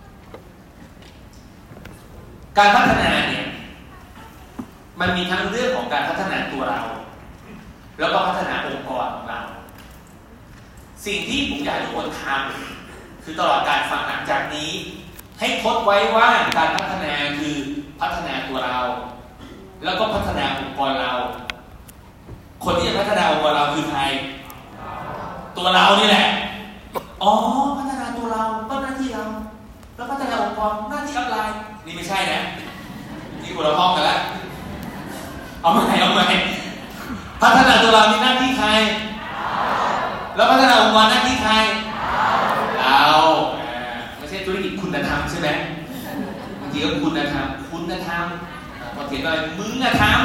การพัฒนาเนี่ยมันมีทั้งเรื่องของการพัฒนาตัวเราแล้วก็พัฒนาองค์กรของเราสิ่งที่ผมอยากให้ทุกคนทำคือตลอดการฟังหลังจากนี้ให้ทดไว้ว่าการพัฒนาคือพัฒนาตัวเราแล้วก็พัฒนาองค์กรเราคนที่จะพัฒนาองค์กรเราคือใครตัวเรานี่แหละอ๋อพัฒนาตัวเราก็หน้าที่เราแล้วพัฒนาองค์กรหน้าที่อะไรนี่ไม่ใช่นะนี่คนละห้องกันแล้วเอาใหม่เอาใหม่พัฒนาตัวเรานี่หน้าที่ใครแล้วพัฒนาองค์กรหน้าที่ใครเราไม่ใช่ธุรกิจคุณธรรมใช่ไหมบางทีก็คุณธรรมคุณธรรมพอเขียนไปมึงธรรม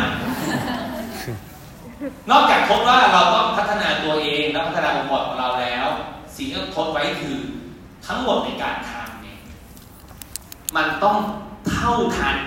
นอกจากพบว่าเราต้องพัฒนาตัวเองและพัฒนาองค์กรของเราแล้วสิ่งที่ต้องทดไว้คือทั้งหมดในการทำเนี่ยมันต้องเท่าทัน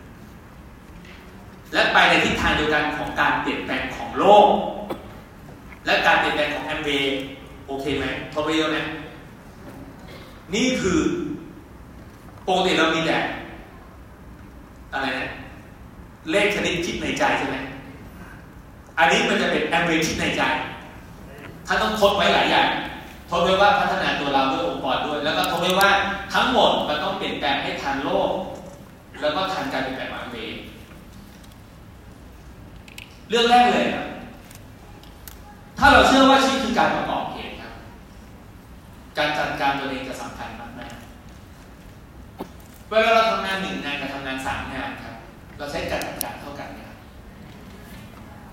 และไปในทิศทางเดียวกันของการเปลี่ยนแปลงของโลกและการเปลี่ยนแปลงของแอมเบย์โอเคไหมทดไปเยอะไหมนี่คือปกติเรามีแต่อะไรนะเลขชนิดคิดในใจใช่ไหมอันนี้มันจะเป็นแอมเบย์คิดในใจท่านต้องทดไว้หลายอย่างทดไว้ว่าพัฒนาตัวเราด้วยองค์กรด้วยแล้วก็ทดไว้ว่าทั้งหมดมันต้องเปลี่ยนแปลงให้ทันโลกแล้วก็ทันการเปลี่ยนแปลงของแอมเบย์เรื่องแรกเลยนะถ้าเราเชื่อว่าชีวิตคือการประกอบเหตุครับการจัดการตัวเองจะสำคัญมากๆเวลาเราทำงานหนึ่งงานกับทำงานสามงานครับเราใช้การจัดการเท่ากันไหมครับ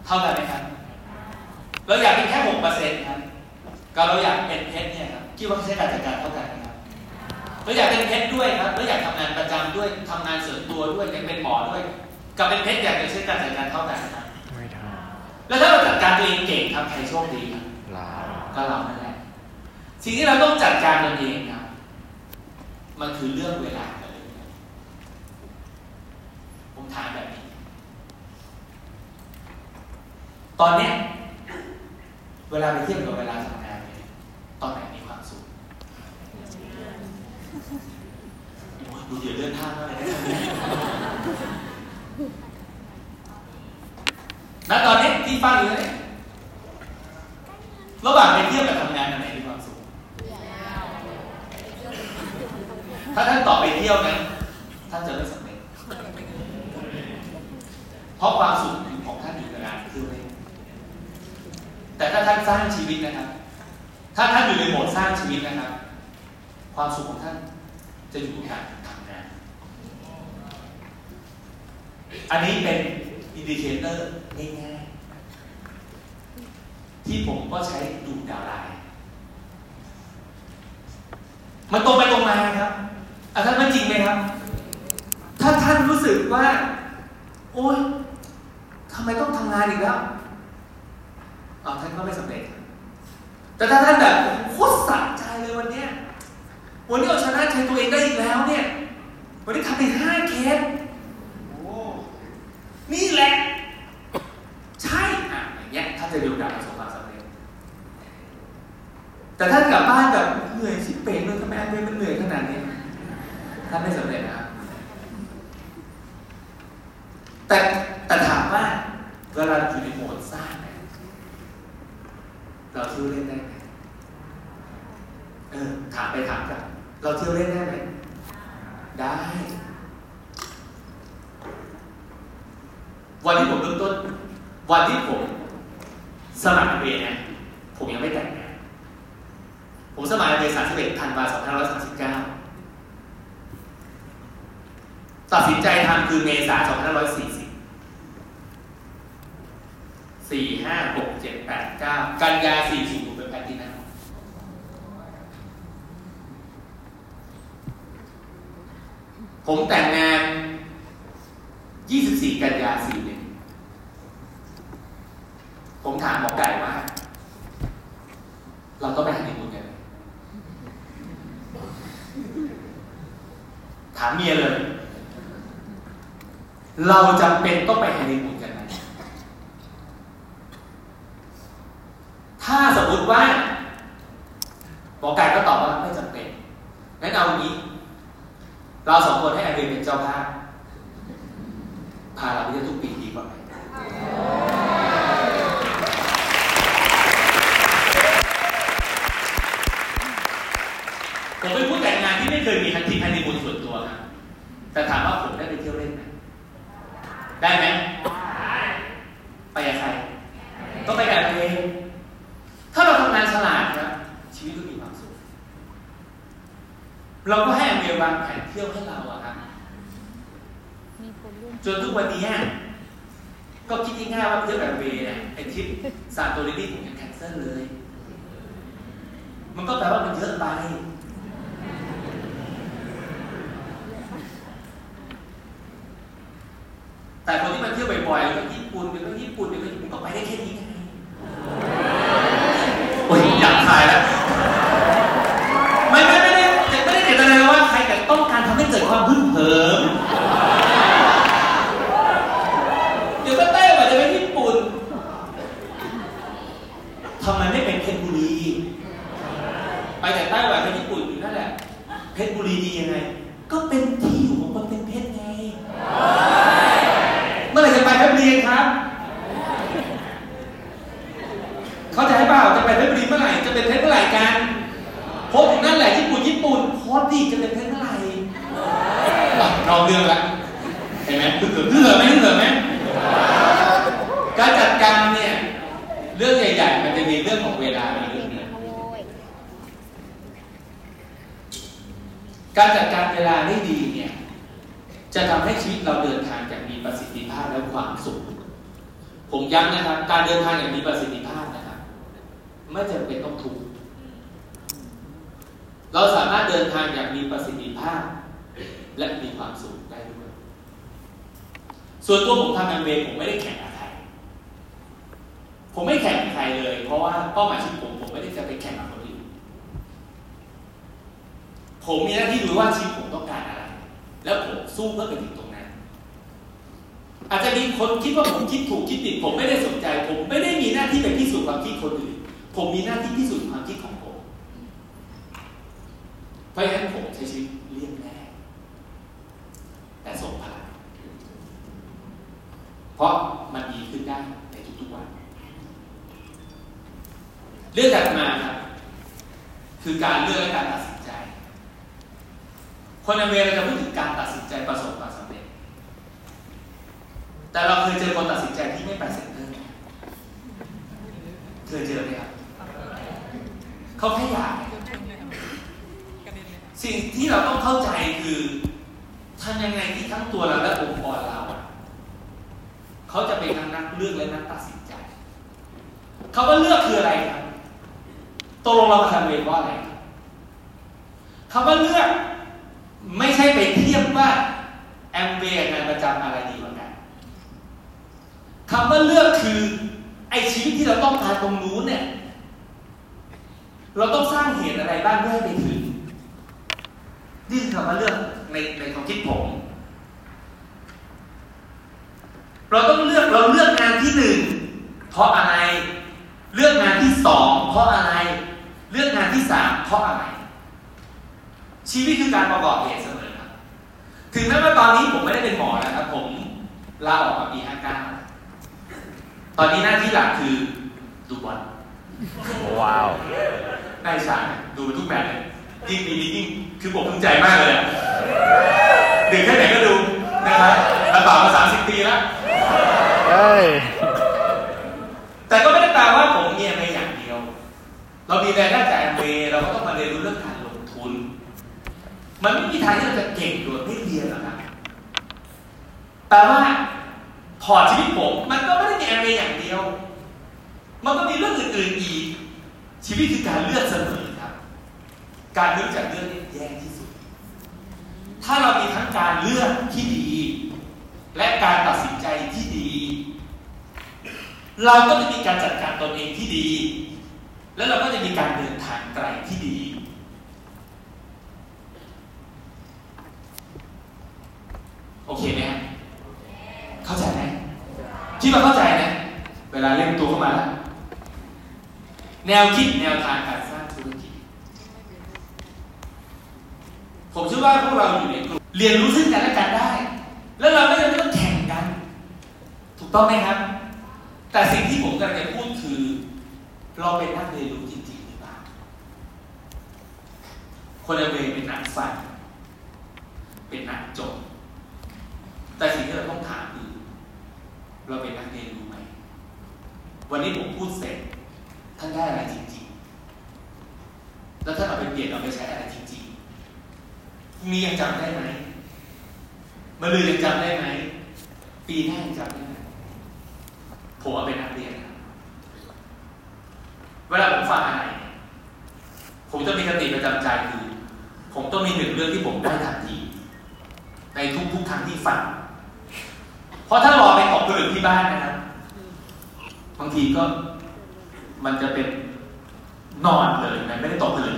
เท่ากันไหมครับเราอยากเป็นแค่หกเปอร์เซ็นต์ครับก็เราอยากเป็นเพชรเนี่ยครับคิดว่าใช้การจัดการเท่ากันไหมครับเราอยากเป็นเพชรด้วยครับเราอยากทำงานประจำด้วยทำงานเสริมตัวด้วยอยากเป็นหมอด้วยกับเป็นเพชรอยากจะใช้การจัดการเท่ากันครับไม่เท่าแล้วถ้าเราจัดการตัวเองเก่งครับใครโชคดีครับเราก็เรานั่นแหละสิ่งที่เราต้องจัดการตัวเองครับมันคือเรื่องเวลาเลยผมถามแบบนี้ตอนเนี้ยเวลาไปเทียบกับเวลาทำงานเนี่ยตอนไหนมีความสุขดูเดือดเลื่อนท่ามากเลยนะณตอนนี้ที่ฟังอยู่เนี่ยระหว่างไปเที่ยวกับทำงานอันไหนมีความสุขถ้าท่านตอบไปเที่ยวนะท่านจะไม่สำเร็จเพราะความสุขของท่านอยู่กับการเที่ยวเล่นแต่ถ้าท่านสร้างชีวิตนะครับถ้าท่านอยู่ในโหมดสร้างชีวิตนะครับความสุขของท่านจะอยู่กับการทำงานอันนี้เป็นอินดิเคเตอร์ง่ายๆที่ผมก็ใช้ดูดาวไลน์มันตรงไปตรงมาครับอ่ะท่านมันจริงไหมครับถ้าท่านรู้สึกว่าโอ๊ยทำไมต้องทำงานอีกแล้วอ๋อท่านก็ไม่สำเร็จแต่ถ้าท่านแบบโคตรสะใจเลยวันนี้วันนี้เอาชนะใจตัวเองได้อีกแล้วเนี่ยวันนี้ทำไปห้าเคสโอ้นี่แหละใช่อ่ะอย่างเงี้ยท่านจะมีโอกาสประสบความสำเร็จแต่ท่านกลับบ้านแบบเหนื่อยสิเป๋งเลยทำไมอันนี้มันเหนื่อยขนาดนี้ท่านไม่สำเร็จนะครับแต่แต่ถามว่าเวลาอยู่ในโหมดสร้างเราเที่ยวเล่นได้ไหมเออถามไปถามกลับเราเที่ยวเล่นได้ไหมได้วันที่ผมเริ่มต้นวันที่ผมสมัครเรียนเนี่ยผมยังไม่แต่งงานผมสมัครเรียนสามสิบเอ็ดธันวาคมสองพันห้าร้อยสามสิบเก้าตัดสินใจทำคือเมษายนสองพันห้าร้อยสี่สิบสี่ ห้า หก เจ็ด แปด เก้ากันยาสี่สิบผมเป็นแพลตินัมผมแต่งงานยี่สิบสี่กันยาสี่สิบเอ็ดผมถามหมอไก่ว่าเราต้องไปฮันนีมูนกันถามเมียเลยเราจำเป็นต้องไปฮันนีมูนกันไหมถ้าสมมติว่าหมอไก่ก็ตอบว่าไม่จำเป็นงั้นเอาอย่างนี้เราสองคนให้อาเบนเป็นเจ้าภาพพาเราไปเที่ยวทุกปีดีกว่าไหมผมเป็นผู้แต่งงานที่ไม่เคยมีทันทีฮันนีมูนส่วนตัวครับแต่ถามว่าผมได้ไปเที่ยวเล่นไหมได้ไหมไปกับใครก็ไปกับตัวเองถ้าเราทำงานฉลาดครับชีวิตก็มีความสุขเราก็ให้อเมริกาวางแผนเที่ยวให้เราอะครับจนทุกวันนี้ก็คิดง่ายๆว่าเที่ยวแบบเวเนี่ยไอทริปซานโตรินีผมยังแคนเซิลเลยมันก็แปลว่ามันเยอะไปแต่คนที่มาเที่ยวบ่อยๆแล้วญี่ปุ่นแล้วญี่ปุ่นแล้วญี่ปุ่นก็ไปได้แค่นี้ไงโอ้ยอยากถ่ายแล้วไม่ไม่ไม่ได้ไม่ได้เจตนาว่าใครแต่ต้องการทำให้เกิดความฮึ่งเหิมเดี๋ยวก็ไต้หวันจะไปญี่ปุ่นทำไมไม่เป็นเพชรบุรีไปแต่ไต้หวันไปญี่ปุ่นอยู่นั่นแหละเพชรบุรีดียังไงก็เป็นที่อยู่ของคนเป็นเพชรไงเมื่อไหร่จะไปเพชรบุรีครับเขาจะให้เปล่าจะไปเพชรบุรีเมื่อไหร่จะเป็นเพชรเมื่อไหร่กันพบอยู่นั่นแหละญี่ปุ่นญี่ปุ่นโคตรดีจะเป็นเพชรเมื่อไหร่นอกเรื่องละเห็นไหมคือเหื่อไหมเหื่อไหมการจัดการเนี่ยเรื่องใหญ่ๆมันจะมีเรื่องของเวลาในเรื่องนี้การจัดการเวลาได้ดีเนี่ยจะทำให้ชีวิตเราเดินทางอย่างมีประสิทธิภาพและความสุขผผมย้ำนะครับการเดินทางอย่างมีประสิทธิภาพนะครับไม่จำเป็นต้องถูกเราสามารถเดินทางอย่างมีประสิทธิภาพและมีความสุขได้ด้วยส่วนตัวผมทำงานเวรผมไม่ได้แข่งกับใครผมไม่แข่งกับใครเลยเพราะว่าเป้าหมายชีวิตผมผมไม่ได้จะไปแข่งกับคนอื่นผมมีหน้าที่รู้ว่าชีวิตผมต้องการอะไรแล้วผมสู้เพื่อไปถึงตรงนั้นอาจจะมีคนคิดว่าผมคิดถูกคิดผิดผมไม่ได้สนใจผมไม่ได้มีหน้าที่ไปพิสูจน์ความคิดคนอื่นผมมีหน้าที่พิสูจน์ความคิดของผมเพราะฉะนั้นผมใช้ชีวิตเรียบง่ายแต่ทรงพลังเพราะมันดีขึ้นได้ในทุกๆวันเรื่องถัดมาครับคือการเลือกและการตัดสินใจคนในเวลาจะพูดถึงการตัดสินใจประสบความสำเร็จแต่เราเคยเจอคนตัดสินใจที่ไม่ไปเซ็นเตอร์เคยเจอไหมครับเขาแค่อยากสิ่งที่เราต้องเข้าใจคือทำยังไงที่ทั้งตัวเราและองค์กรเราเขาจะเป็นทั้งนักเลือกและนักตัดสินใจคำว่าเลือกคืออะไรครับตกลงเรามาทำเองว่าอะไรคำว่าเลือกไม่ใช่ไปเทียบว่าแอมเวย์งานประจำอะไรดีกว่ากันคำว่าเลือกคือไอชีวิตที่เราต้องการตรงนู้นเนี่ยเราต้องสร้างเหตุอะไรบ้างเพื่อให้ไปถึงนี่คือคำว่าเลือกในในความคิดผมเราต้องเลือกเราเลือกงานที่หนึ่งเพราะอะไรเลือกงานที่สองเพราะอะไรเลือกงานที่สามเพราะอะไรชีวิตคือการประกอบเหตุเสมอครับถึงแม้ว่าตอนนี้ผมไม่ได้เป็นหมอนะครับผมลาออกมาปีห้าเก้าตอนนี้หน้าที่หลักคือดูบอลว้าวได้ฉากดูทุกแมตช์เลยยิ่งมียิ่งคือผมภูมิใจมากเลยอะดึกแค่ไหนก็ดูนะครับระบาดมาสามสิบปีแล้วแต่ก็ไม่ได้แปลว่าผมมีอะไรอย่างเดียวเรามีรายได้จากแอมเวย์เราก็ต้องมาเรียนรู้เรื่องการลงทุนมันไม่มีทางที่เราจะเก่งโดยไม่เรียนหรอกครับแต่ว่าพอชีวิตผมมันก็ไม่ได้มีแอมเวย์อย่างเดียวมันก็มีเรื่องอื่นๆอีกชีวิตคือการเลือกเสมอครับการเลือกจากเรื่องนี้แย่ที่สุดถ้าเรามีทั้งการเลือกที่ดีและการตัดสินใจที่ดีเราก็จะมีการจัดการตนเองที่ดีแล้วเราก็จะมีการเดินทางไกลที่ดีโอเคไหมเข้าใจไหมที่มาเข้าใจนะเวลาเล่นตัวเข้ามาแล้วแนวคิดแนวทางการสร้างธุรกิจผมเชื่อว่าพวกเราอยู่ในกลุ่มเรียนรู้ซึ่งกันและกันได้แล้วเราไม่จำเป็นต้องแข่งกันถูกต้องไหมครับแต่สิ่งที่ผมกำลังจะพูดคือเราเป็นนักเรียนรู้จริงๆหรือเปล่าคนละเวย์เป็นนักฝันเป็นนักจบแต่สิ่งที่เราต้องถามคือเราเป็นนักเรียนรู้ไหมวันนี้ผมพูดเสร็จท่านได้อะไรจริงๆแล้วท่านเอาไปเปลี่ยนเอาไปใช้อะไรจริงๆพรุ่งนี้ยังจำได้ไหมมะรืนยังจำได้ไหมปีหน้ายังจำได้ไหมผมเอาเป็นนักเรียนครับเวลาผมฟังอะไรผมจะมีคติประจำใจคือผมต้องมีหนึ่งเรื่องที่ผมได้ทันทีในทุกๆครั้งที่ฟังเพราะถ้ารอไปตกผลึกที่บ้านนะครับบางทีก็มันจะเป็นนอนเลยนะไม่ได้ตกผลึก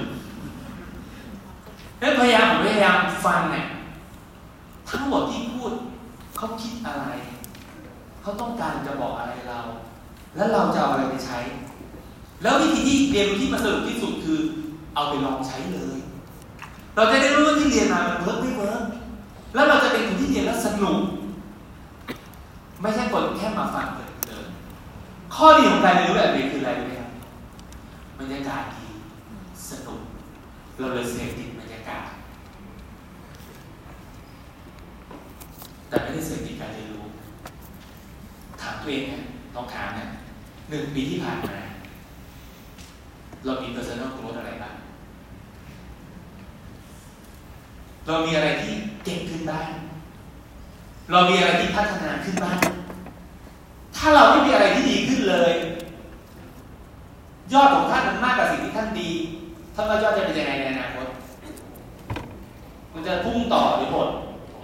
แล้วพยายามผมพยายามฟังเนี่ยทั้งหมดที่พูดเขาคิดอะไรเขาต้องการจะบอกอะไรเราแล้วเราจะเอาอะไรไปใช้แล้ววิธีที่เรียนรู้ที่มาสรุปที่สุดคือเอาไปลองใช้เลยเราจะได้รู้ว่าที่เรียนมามันเวิร์กไม่เวิร์กแล้วเราจะเป็นคนที่เรียนแล้วสนุกไม่ใช่คนแค่มาฟังเพลินๆข้อดีของการเรียนรู้แบบนี้คืออะไรรู้ไหมครับบรรยากาศดีสนุกเราเลยเสพติดบรรยากาศแต่ไม่ได้เสพติดการเรียนรู้ถามตัวเองนะลองถามนะหนึ่งปีที่ผ่านมาเรามี personal growth อะไรบ้างเรามีอะไรที่เก่งขึ้นบ้างเรามีอะไรที่พัฒนาขึ้นบ้างถ้าาเราไม่มีอะไรที่ดีขึ้นเลยยอดของท่านมันมากกว่าสิ่งที่ท่านดีท่านว่ายอดจะเป็นยังไงในอนาคตมันจะพุ่งต่อหรือหด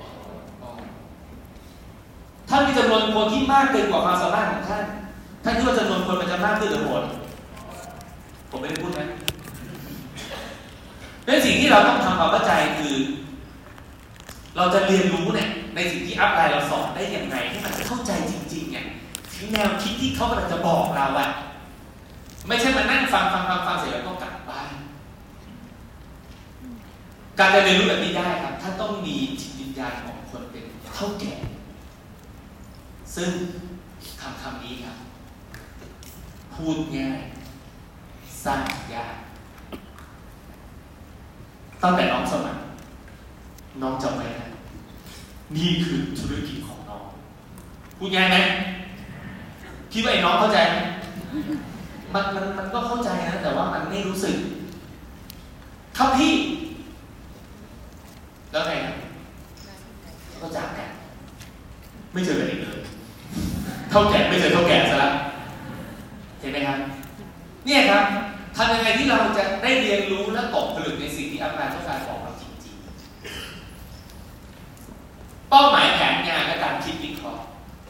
ท่านมีจำนวนคนที่มากเกินกว่าความสามารถของท่านท่านคิดว่าจำนวนคนมันจะมากขึ้นหรือหดผมไม่ได้พูดนะเป็นสิ่งที่เราต้องทำความเข้าใจคือเราจะเรียนรู้เนี่ยในสิ่งที่อัพไลน์เราสอนได้อย่างไรให้มันเข้าใจจริงๆเนี่ยที่แนวคิดที่เขากำลังจะบอกเราอะไม่ใช่มานั่งฟังฟังฟังฟังเสร็จแล้วก็กลับบ้านการเรียนรู้แบบนี้ได้ครับท่านต้องมีจิตวิญญาณของคนเป็นเท่าแก่ซึ่งคำคำนี้ครับพูดง่ายสร้างยากตั้งแต่น้องสมัครน้องจำไว้นะนี่คือธุรกิจของน้องพูดง่ายไหมคิดว่าไอ้น้องเข้าใจไหมมันมันมันก็เข้าใจนะแต่ว่ามันไม่รู้สึกครับพี่แล้วไงครับก็จากกันไม่เจอกันอีกเลยเท่าแก่ไม่เจอเท่าแก่ซะแล้วเห็นไหมครับเนี่ยครับทำยังไงที่เราจะได้เรียนรู้และตกผลึกในสิ่งที่อาจารย์ต้องการบอกเราจริงๆเป้าหมายแผนงานและการคิดวิเคราะห์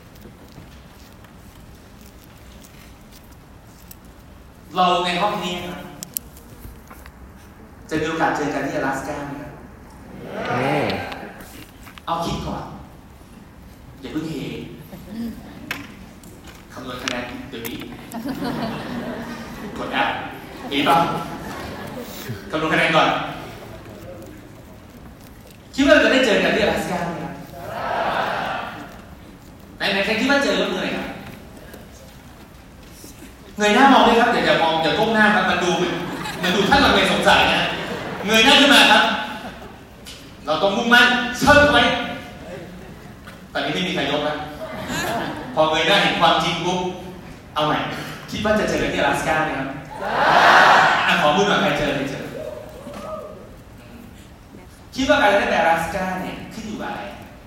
เราในห้องนี้ครับจะมีโอกาสเจอกันที่阿拉斯ก้าไหมครับเอาคิดก่อนอย่าเพิ่งเฮคำนวณคะแนนเดี๋ยวนี้กดแอปมีป่ะคำนวณคะแนนก่อนคิดว่าจะได้เจอกันที่阿拉斯ก้าไหมครับไหนไหนใครคิดว่าเจอก็เลยครับเงยหน้ามองด้วยครับอย่าอย่ามองอย่าก้มหน้าครับมันดูมันดูท่านลังเลสงสัยนะเงยหน้าขึ้นมาครับเราต้องมุ่งมั่นเชิดไว้ตอนนี้ไม่มีใครยกนะพอเงยหน้าเห็นความจริงปุ๊บเอาใหม่คิดว่าจะเจอกันที่阿拉斯ก้าไหมครับอ่ะขอมือหน่อยใครเจอใครเจอคิดว่าการได้ไป阿拉斯ก้าเนี่ยขึ้นอยู่กับอะไร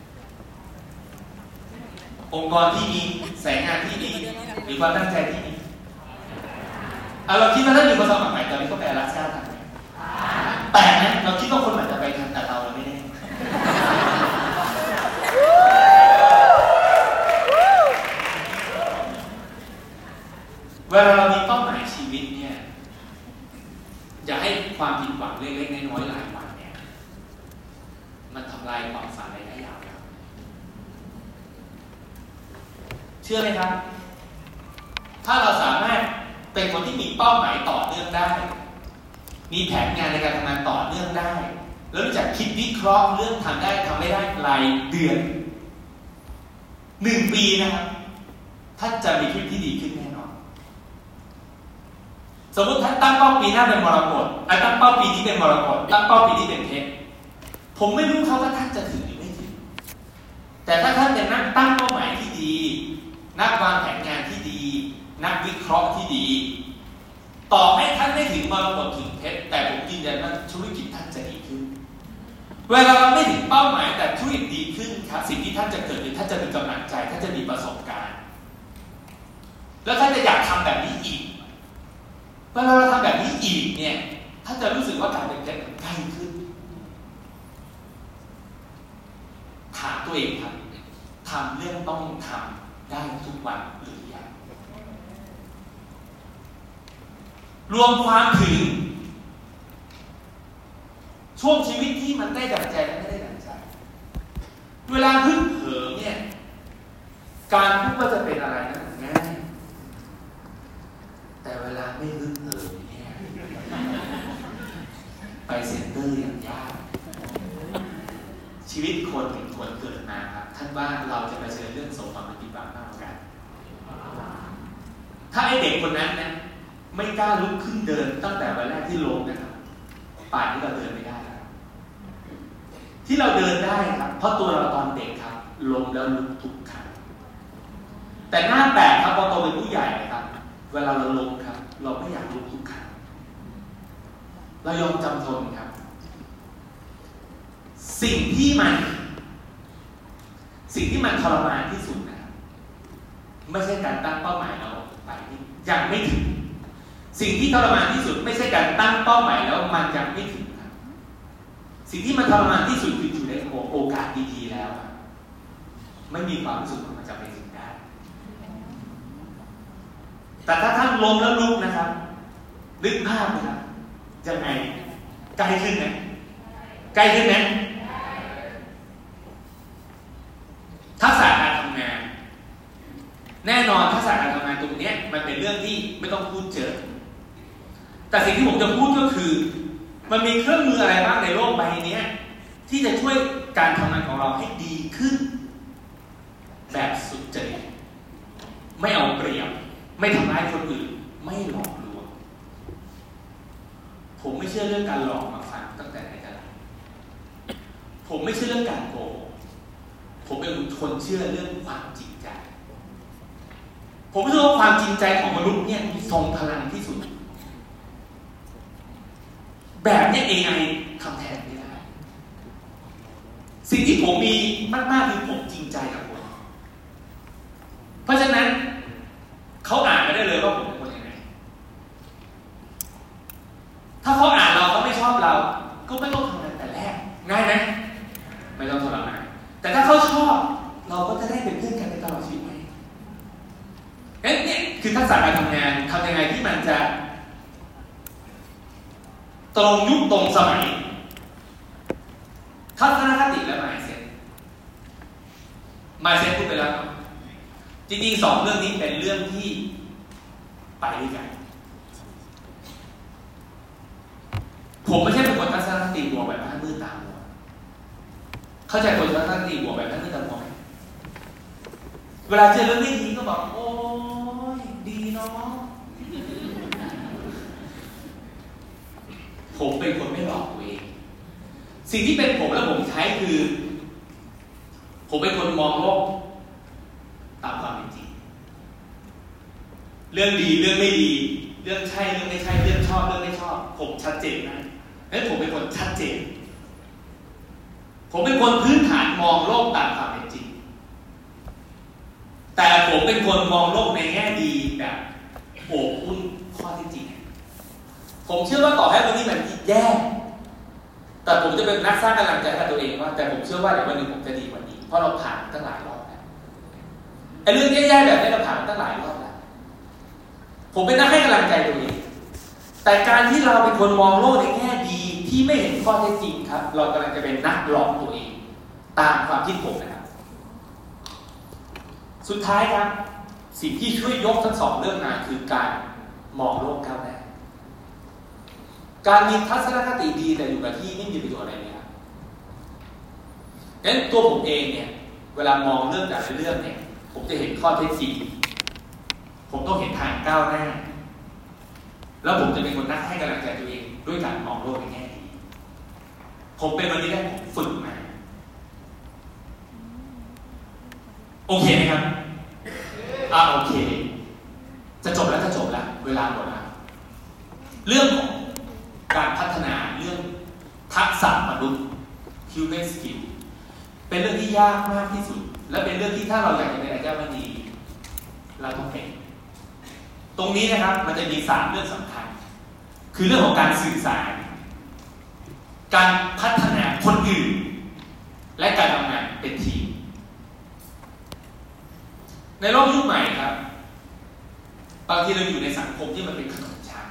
องค์กรที่มีแสายงานที่ดีหรือความตั้งใจที่ดีเอาเราคิดว่าถ้ามีคนสมัครใหม่ตอนนี้ก็ไป阿拉斯ก้าทันไหมแปลกนะเราคิดว่าคนใหม่จะไปทันแต่เราเราไม่ได้เวลาเรามีเป้าหมายชีวิตเนี่ยอย่าให้ความผิดหวังเล็กๆน้อยๆหลายวันเนี่ยมันทำลายความฝันระยะยาวครับเชื่อไหมครับถ้าเราสามารถเป็นคนที่มีเป้าหมายต่อเนื่องได้มีแผนงานในการทำงานต่อเนื่องได้แล้วรู้จักคิดวิเคราะห์เรื่องทำได้ทำไม่ได้รายเดือนหนึ่งปีนะครับท่านจะมีชีวิตที่ดีขึ้นแน่นอนสมมติท่านตั้งเป้าปีหน้าเป็นมรกตอ่ะตั้งเป้าปีนี้เป็นมรกตตั้งเป้าปีนี้เป็นเพชรผมไม่รู้เขาว่าท่านจะถึงหรือไม่ถึงแต่ถ้าท่านเป็นนักตั้งเป้าหมายที่ดีนักวางแผนงานที่ดีนักวิเคราะห์ที่ดีต่อให้ท่านไม่ถึงมรกตถึงเพชรแต่ผมยืนยันว่าธุรกิจท่านจะดีขึ้นเวลาเราไม่ถึงเป้าหมายแต่ธุรกิจดีขึ้นครับสิ่งที่ท่านจะเกิดคือท่านจะมีกำลังใจท่านจะมีประสบการณ์แล้วท่านจะอยากทำแบบนี้อีกเวลาเราทำแบบนี้อีกเนี่ยท่านจะรู้สึกว่าการเป็นเพชรใกล้ขึ้นถามตัวเองครับทำเรื่องต้องทำได้ทุกวันหรือยังรวมความถึงช่วงชีวิตที่มันได้ดั่งใจและไม่ได้ดั่งใจเวลาฮึ่งเหิมเนี่ยการพูดว่าจะเป็นอะไรนั้นง่ายแต่เวลาไม่ฮึ่งเหิมเนี่ยไปเซ็นเตอร์อย่างยากชีวิตคนถึงคนเกิดมาครับท่านว่าเราจะไปเจอเรื่องสมหวังหรือผิดหวังมากกว่ากันถ้าไอเด็กคนนั้นนะไม่กล้าลุกขึ้นเดินตั้งแต่วันแรกที่ล้มนะครับป่านที่เราเดินไม่ได้ครับที่เราเดินได้ครับเพราะตัวเราตอนเด็กครับล้มแล้วลุกทุกครั้งแต่หน้าแปลกครับพอโตเป็นผู้ใหญ่นะครับเวลาเราล้มครับเราไม่อยากลุกทุกครั้งเรายอมจำทนครับสิ่งที่มันสิ่งที่มันทรมานที่สุดนะครับไม่ใช่การตั้งเป้าหมายแล้วไปยังไม่ถึงสิ่งที่ทรมานที่สุดไม่ใช่การตั้งเป้าหมายแล้วมันยังไม่ถึงครับสิ่งที่มันทรมานที่สุดคืออยู่ในโอกาสดีๆแล้วไม่มีความรู้สึกว่ามันจะไปถึงได้แต่ถ้าท่านล้มแล้วลุกนะครับนึกภาพนะครับยังไงใกล้ขึ้นไหมใกล้ขึ้นไหมทักษะการทำงานแน่นอนทักษะการทำงานตรงนี้มันเป็นเรื่องที่ไม่ต้องพูดเจอแต่สิ่งที่ผมจะพูดก็คือมันมีเครื่องมืออะไรบ้างในโลกใบนี้ที่จะช่วยการทำงานของเราให้ดีขึ้นแบบสุดจริตไม่เอาเปรียบไม่ทำร้ายคนอื่นไม่หลอกลวงผมไม่เชื่อเรื่องการหลอกมาฟังตั้งแต่ไหนแต่ไรผมไม่เชื่อเรื่องการโกหกผมเป็นคนเชื่อเรื่องความจริงใจผมเชื่อว่าความจริงใจของมนุษย์เนี่ยมีทรงพลังที่สุดแบบนี้ เอ ไอ ทำแทนไม่ได้สิ่งที่ผมมีมากๆคือผมจริงใจกับคนเพราะฉะนั้นเขาอ่านมาได้เลยว่าผมเป็นคนยังไงถ้าเขาอ่านเราเขาไม่ชอบเราก็ไม่ต้องทำงานแต่แรกง่ายไหมไม่ต้องทรมานแต่ถ้าเขาชอบเราก็จะได้เป็นเพื่อนกันในตลอดชีวิตไหมเอ๊ะเนี่ยคือทักษะการทำงานทำยังไงที่มันจะตรงยุคตรงสมัยทัศนคติและ mindset mindset พูดไปแล้วจริงๆสองเรื่องนี้เป็นเรื่องที่ไปด้วยกันผมไม่ใช่เป็นคนทัศนคติบวกแบบท่านมืดตามัวเข้าใจคนทัศนคติบวกแบบท่านมืดตามัวไหมเวลาเจอเรื่องไม่ดีก็บอกโอ้ยดีเนาะผมเป็นคนไม่หลอกตัวเองสิ่งที่เป็นผมและผมใช้คือผมเป็นคนมองโลกตามความเป็นจริงเรื่องดีเรื่องไม่ดีเรื่องใช่เรื่องไม่ใช่เรื่องชอบเรื่องไม่ชอบผมชัดเจนนะและผมเป็นคนชัดเจนผมเป็นคนพื้นฐานมองโลกตามความเป็นจริงแต่ผมเป็นคนมองโลกในแง่ดีแบบโอบอุ้มข้อเท็จจริงผมเชื่อว่าต่อให้วันนี้มันแย่แต่ผมจะเป็นนักสร้างกำลังใจให้ตัวเองว่าแต่ผมเชื่อว่าเดี๋ยววันหนึ่งผมจะดีกว่านี้เพราะเราผ่านตั้งหลายรอบแล้วไอ้เรื่องแย่ๆแบบนี้เราผ่านตั้งหลายรอบแล้วผมเป็นนักให้กำลังใจตัวเองแต่การที่เราเป็นคนมองโลกในแง่ดีที่ไม่เห็นข้อเท็จจริงครับเรากำลังจะเป็นนักหลอกตัวเองตามความคิดผมนะครับสุดท้ายครับสิ่งที่ช่วยยกทั้งสองเรื่องมาคือการมองโลกก้าวหน้าการมีทัศนคติดีแต่อยู่กับที่ไม่มีประโยชน์อะไรเลยครับงั้นตัวผมเองเนี่ยเวลามองเรื่องแต่ละเรื่องเนี่ยผมจะเห็นข้อเท็จจริงผมต้องเห็นทางก้าวหน้าแล้วผมจะเป็นคนนักให้กำลังใจตัวเองด้วยการมองโลกในแง่ดีผมเป็นวันนี้ได้ผมฝึกมาโอเคไหมครับอ่าโอเคจะจบแล้วจะจบแล้วเวลาหมดแล้วเรื่องของการพัฒนาเรื่องทักษะมนุษย์ human skill เป็นเรื่องที่ยากมากที่สุดและเป็นเรื่องที่ถ้าเราอยากจะเป็นอาจารย์มันดีเราต้องเป็นตรงนี้นะครับมันจะมีสามเรื่องสำคัญคือเรื่องของการสื่อสารการพัฒนาคนอื่นและการทำงานเป็นทีมในโลกยุคใหม่ครับบางทีเราอยู่ในสังคมที่มันเป็นขนมชั้น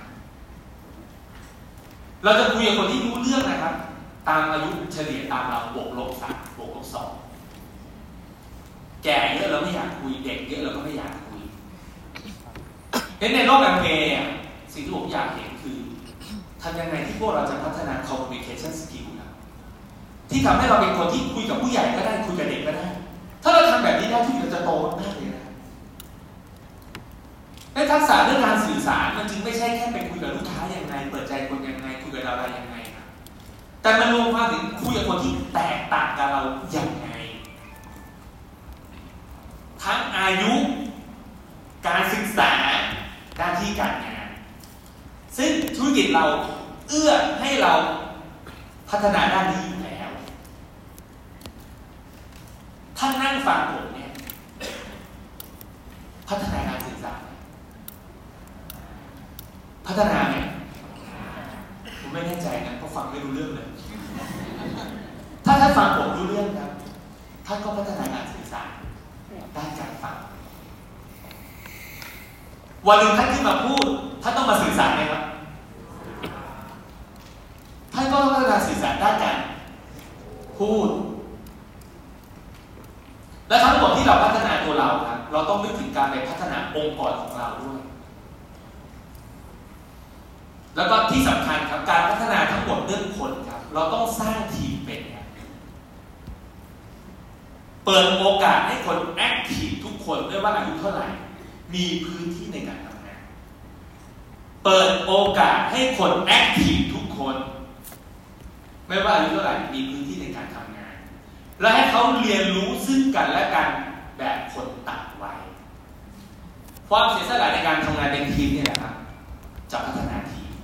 เราจะคุยกับคนที่รู้เรื่องนะครับตามอายุเฉลี่ยตามเราบวกลบสามบวกลบสองแก่เยอะเราไม่อยากคุยเด็กเยอะเราก็ไม่อยากคุยเห็นในโลกแอมเบย์สิ่งที่ผมอยากเห็นคือทำยังไงที่พวกเราจะพัฒนา communication skill นะที่ทำให้เราเป็นคนที่คุยกับผู้ใหญ่ก็ได้คุยกับเด็กก็ได้ถ้าเราทำแบบนี้ได้ทุกอย่างจะโตมากเลยนะในทักษะเรื่องการสื่อสารมันจึงไม่ใช่แค่ไปคุยกับลูกค้ายังไงเปิดใจคนยังไงคุยกับเราอะไรยังไงครับแต่มันรวมมาถึงคุยกับคนที่แตกต่างกับเราอย่างไงทั้งอายุการศึกษาหน้าที่การงานซึ่งธุรกิจเราเอื้อให้เราพัฒนาด้านนี้อยู่แล้วท่านนั่งฟังผมเนี่ยพัฒนาการสื่อสารพัฒนาไหมผมไม่แน่ใจนะเพราะฟังไม่รู้เรื่องเลยถ้าท่านฟังผมรู้เรื่องครับท่านก็พัฒนาการสื่อสารด้านการฟังวันหนึ่งท่านขึ้นมาพูดท่านต้องมาสื่อสารไหมครับท่านก็ต้องพัฒนาสื่อสารด้านการพูดและทั้งหมดที่เราพัฒนาตัวเราครับเราต้องนึกถึงการไปพัฒนาองค์กรของเราด้วยแล้วก็ที่สำคัญครับการพัฒนาทั้งหมดเรื่องคนครับเราต้องสร้างทีมเป็นครับเปิดโอกาสให้คนแอคทีฟทุกคนไม่ว่าอายุเท่าไหร่มีพื้นที่ในการทำงานเปิดโอกาสให้คนแอคทีฟทุกคนไม่ว่าอายุเท่าไหร่มีพื้นที่ในการทำงานและให้เขาเรียนรู้ซึ่งกันและกันแบบคนต่างวัยความเสียสละในการทำงานเป็นทีมนี่แหละครับจะพัฒนาทีม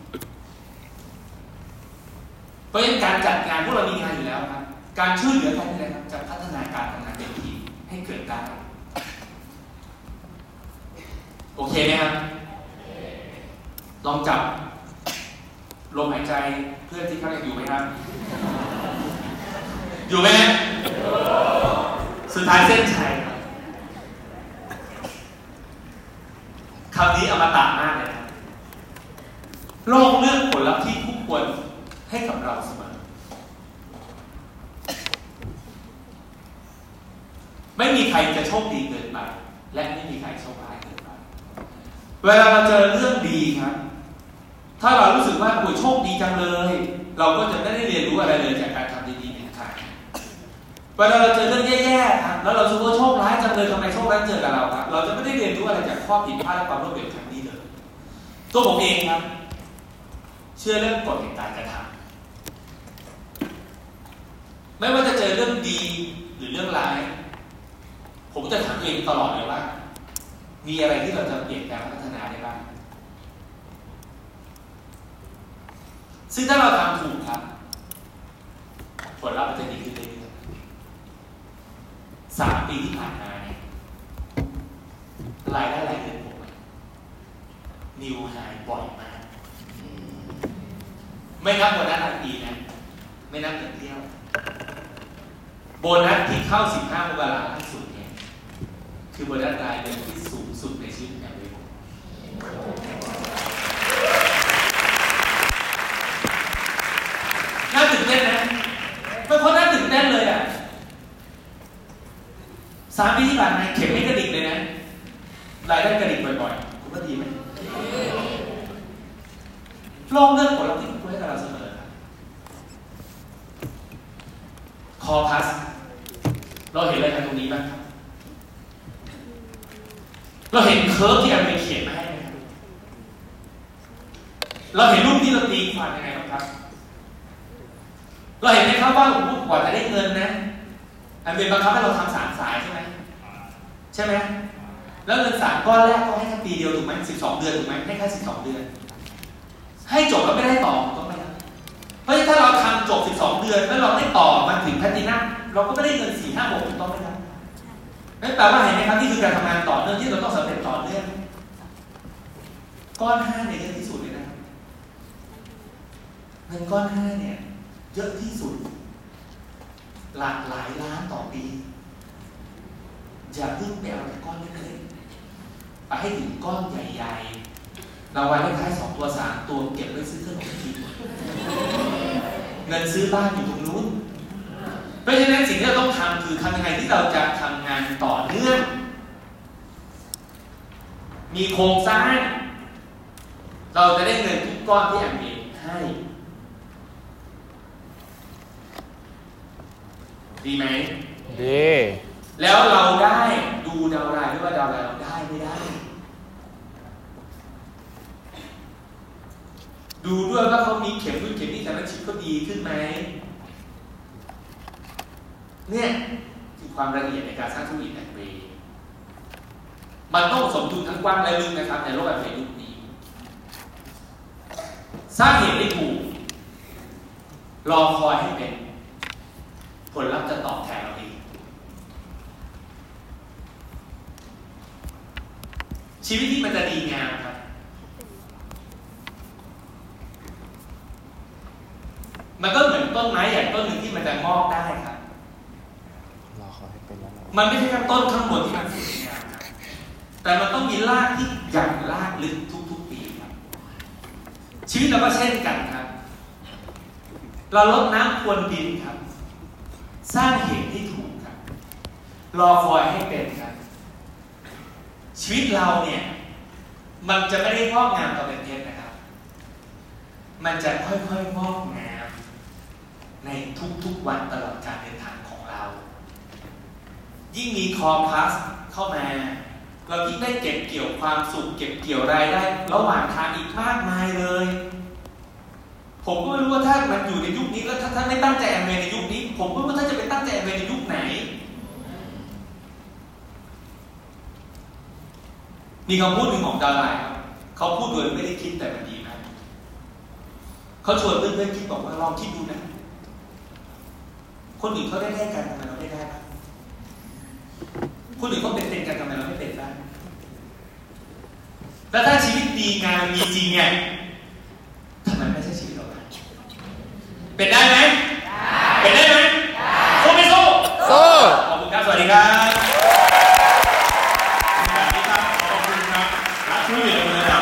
เพราะฉะนั้นการจัดงานพวกเรามีงานอยู่แล้วครับการช่วยเหลือกันนี่แหละครับจะพัฒนาการทำงานเป็นทีมให้เกิดได้โอเคไหมครับลองจับลมหายใจเพื่อนที่เขายังอยู่ไหมครับอยู่ไหมสุดท้ายเส้นชัยครับคำนี้อมตะมากเลยครับโลกเลือกผลลัพธ์ที่คู่ควรให้กับเราเสมอไม่มีใครจะโชคดีเกินไปและไม่มีใครโชคร้ายเกินไปเวลาเราเจอเรื่องดีครับถ้าเรารู้สึกว่าโอ้ยโชคดีจังเลยเราก็จะไม่ได้เรียนรู้อะไรเลยจากการทำดีๆเป็นขาดเวลาเราเจอเรื่องแย่ๆครับแล้วเรารู้ว่าโชคร้ายจังเลยทำไมโชคร้ายเจอกับเราครับเราจะไม่ได้เรียนรู้อะไรจากข้อผิดพลาดและความล้มเหลวครั้งนี้เลยตัวผมเองครับเชื่อเรื่องกฎแห่งการกระทำไม่ว่าจะเจอเรื่องดีหรือเรื่องร้ายผมจะถามตัวเองตลอดเลยว่ามีอะไรที่เราจะเปลี่ยนแปลงพัฒนาได้บ้างซึ่งถ้าเราทำถูกครับผลลัพธ์มันจะดีขึ้นเรื่อยๆสามปีที่ผ่านมาเนี่ยรายได้รายเดือนผมนิวไฮบ่อยมากไม่นับโบนัสรายปีนะไม่นับเงินเที่ยวโบนัสที่เข้าสิบห้ามกราคมที่สุดเนี่ยคือโบนัสรายเดือนที่สูงสุดในชีวิตของผมน่าตื่นเต้นนะเป็นคนน่าตื่นเต้นเลยอ่ะสามปีที่ผ่านมาเข็มไม่กระดิกเลยนะรายได้กระดิกบ่อยๆคุณว่าดีไหมลองเลือกผลลัพธ์ที่คุณให้กับเราเสมอครับคอพัสเราเห็นอะไรกันตรงนี้บ้างครับเราเห็นเคิร์ฟที่อาจารย์เขียนมาให้ไหมครับเราเห็นรูปที่เราตีความยังไงบ้างครับเราเห็นไหมครับว่าผมพูดกว่าจะได้เงินนะอันเป็นบังคับให้เราทำสามสายใช่ไหมใช่ไหมแล้วเงินสามก้อนแรกก็ให้แค่ปีเดียวถูกไหมสิบสองเดือนถูกไหมให้แค่สิบสองเดือนให้จบแล้วไม่ได้ต่อถูกไหมครับเพราะถ้าเราทำจบสิบสองเดือนแล้วเราได้ต่อมาถึงแพลตินัมเราก็ไม่ได้เงินสี่ห้าหกถูกต้องไหมครับนั่นแปลว่าเห็นไหมครับนี่คือการทำงานต่อเนื่องที่เราต้องสำเร็จต่อเนื่องก้อนห้าเนี่ยเยอะที่สุดเลยนะเงินก้อนห้าเนี่ยเยอะที่สุดหลากหลายล้านต่อปีอย่าเพิ่งไปเอาแต่ก้อนเล็กๆไปให้ถึงก้อนใหญ่ๆเราไว้เลขท้ายสองตัวสามตัวเก็บไว้ซื้อเครื่องของกินเงินซื้อบ้านอยู่ตรงนู้นเพราะฉะนั้นสิ่งที่เราต้องทำคือทำยังไงที่เราจะทำงานต่อเนื่องมีโครงสร้างเราจะได้เงินทุกก้อนที่แอมเองให้ดีไหมดีแล้วเราได้ดูดาวรายด้วยว่าดาวรายเราได้ไม่ได้ดูด้วยว่าเขามีเข็มด้วยเข็มนี่แต่ละชิ้นเขาดีขึ้นไหมเนี่ยคือความละเอียดในการสร้างธุรกิจแอมเวย์มันต้องสมดุลทั้งกว้างและลึกนะครับในโลกแอมเวย์ยุคนี้สร้างเหตุให้ถูกรอคอยให้เป็นผลลัพธ์จะตอบแทนเราดีชีวิตที่มันจะดีงามครับมันก็เหมือนต้นไม้ใหญ่ต้นหนึ่งที่มันจะงอกได้ครับมันไม่ใช่แค่ต้นข้างบนที่มันสวยงามนะแต่มันต้องมีรากที่ใหญ่รากลึกทุกๆปีครับชีวิตเราก็เช่นกันครับเรารดน้ำพรวนดินครับสร้างเหตุที่ถูกครับรอคอยให้เป็นครับชีวิตเราเนี่ยมันจะไม่ได้งอกงามต่อเป็นเพชรนะครับมันจะค่อยๆงอกงามในทุกๆวันตลอดการเดินทางของเรายิ่งมีคอพลัสเข้ามาเรายิ่งได้เก็บเกี่ยวความสุขเก็บเกี่ยวรายได้ระหว่างทางอีกมากมายเลยผมก็ไม่รู้ว่าถ้ามันอยู่ในยุคนี้แล้วถ้าท่านไม่ตั้งใจแอมเวย์ในยุคนี้ผมก็ไม่รู้ว่าท่านจะไปตั้งใจแอมเวย์ในยุคไหนมีคำพูดหนึ่งของดาราครับเขาพูดโดยไม่ได้คิดแต่มันดีมากเขาชวนเพื่อนๆคิดบอกว่าลองคิดดูนะคนอื่นเขาได้ได้กันทำไมเราไม่ได้บ้างคนอื่นเขาเป็นเป็นกันทำไมเราไม่เป็นบ้างแล้วถ้าชีวิตดีงานมีจริงไงทำไมไม่ใช่ชีวิตเราบ้างเป็นได้ไหม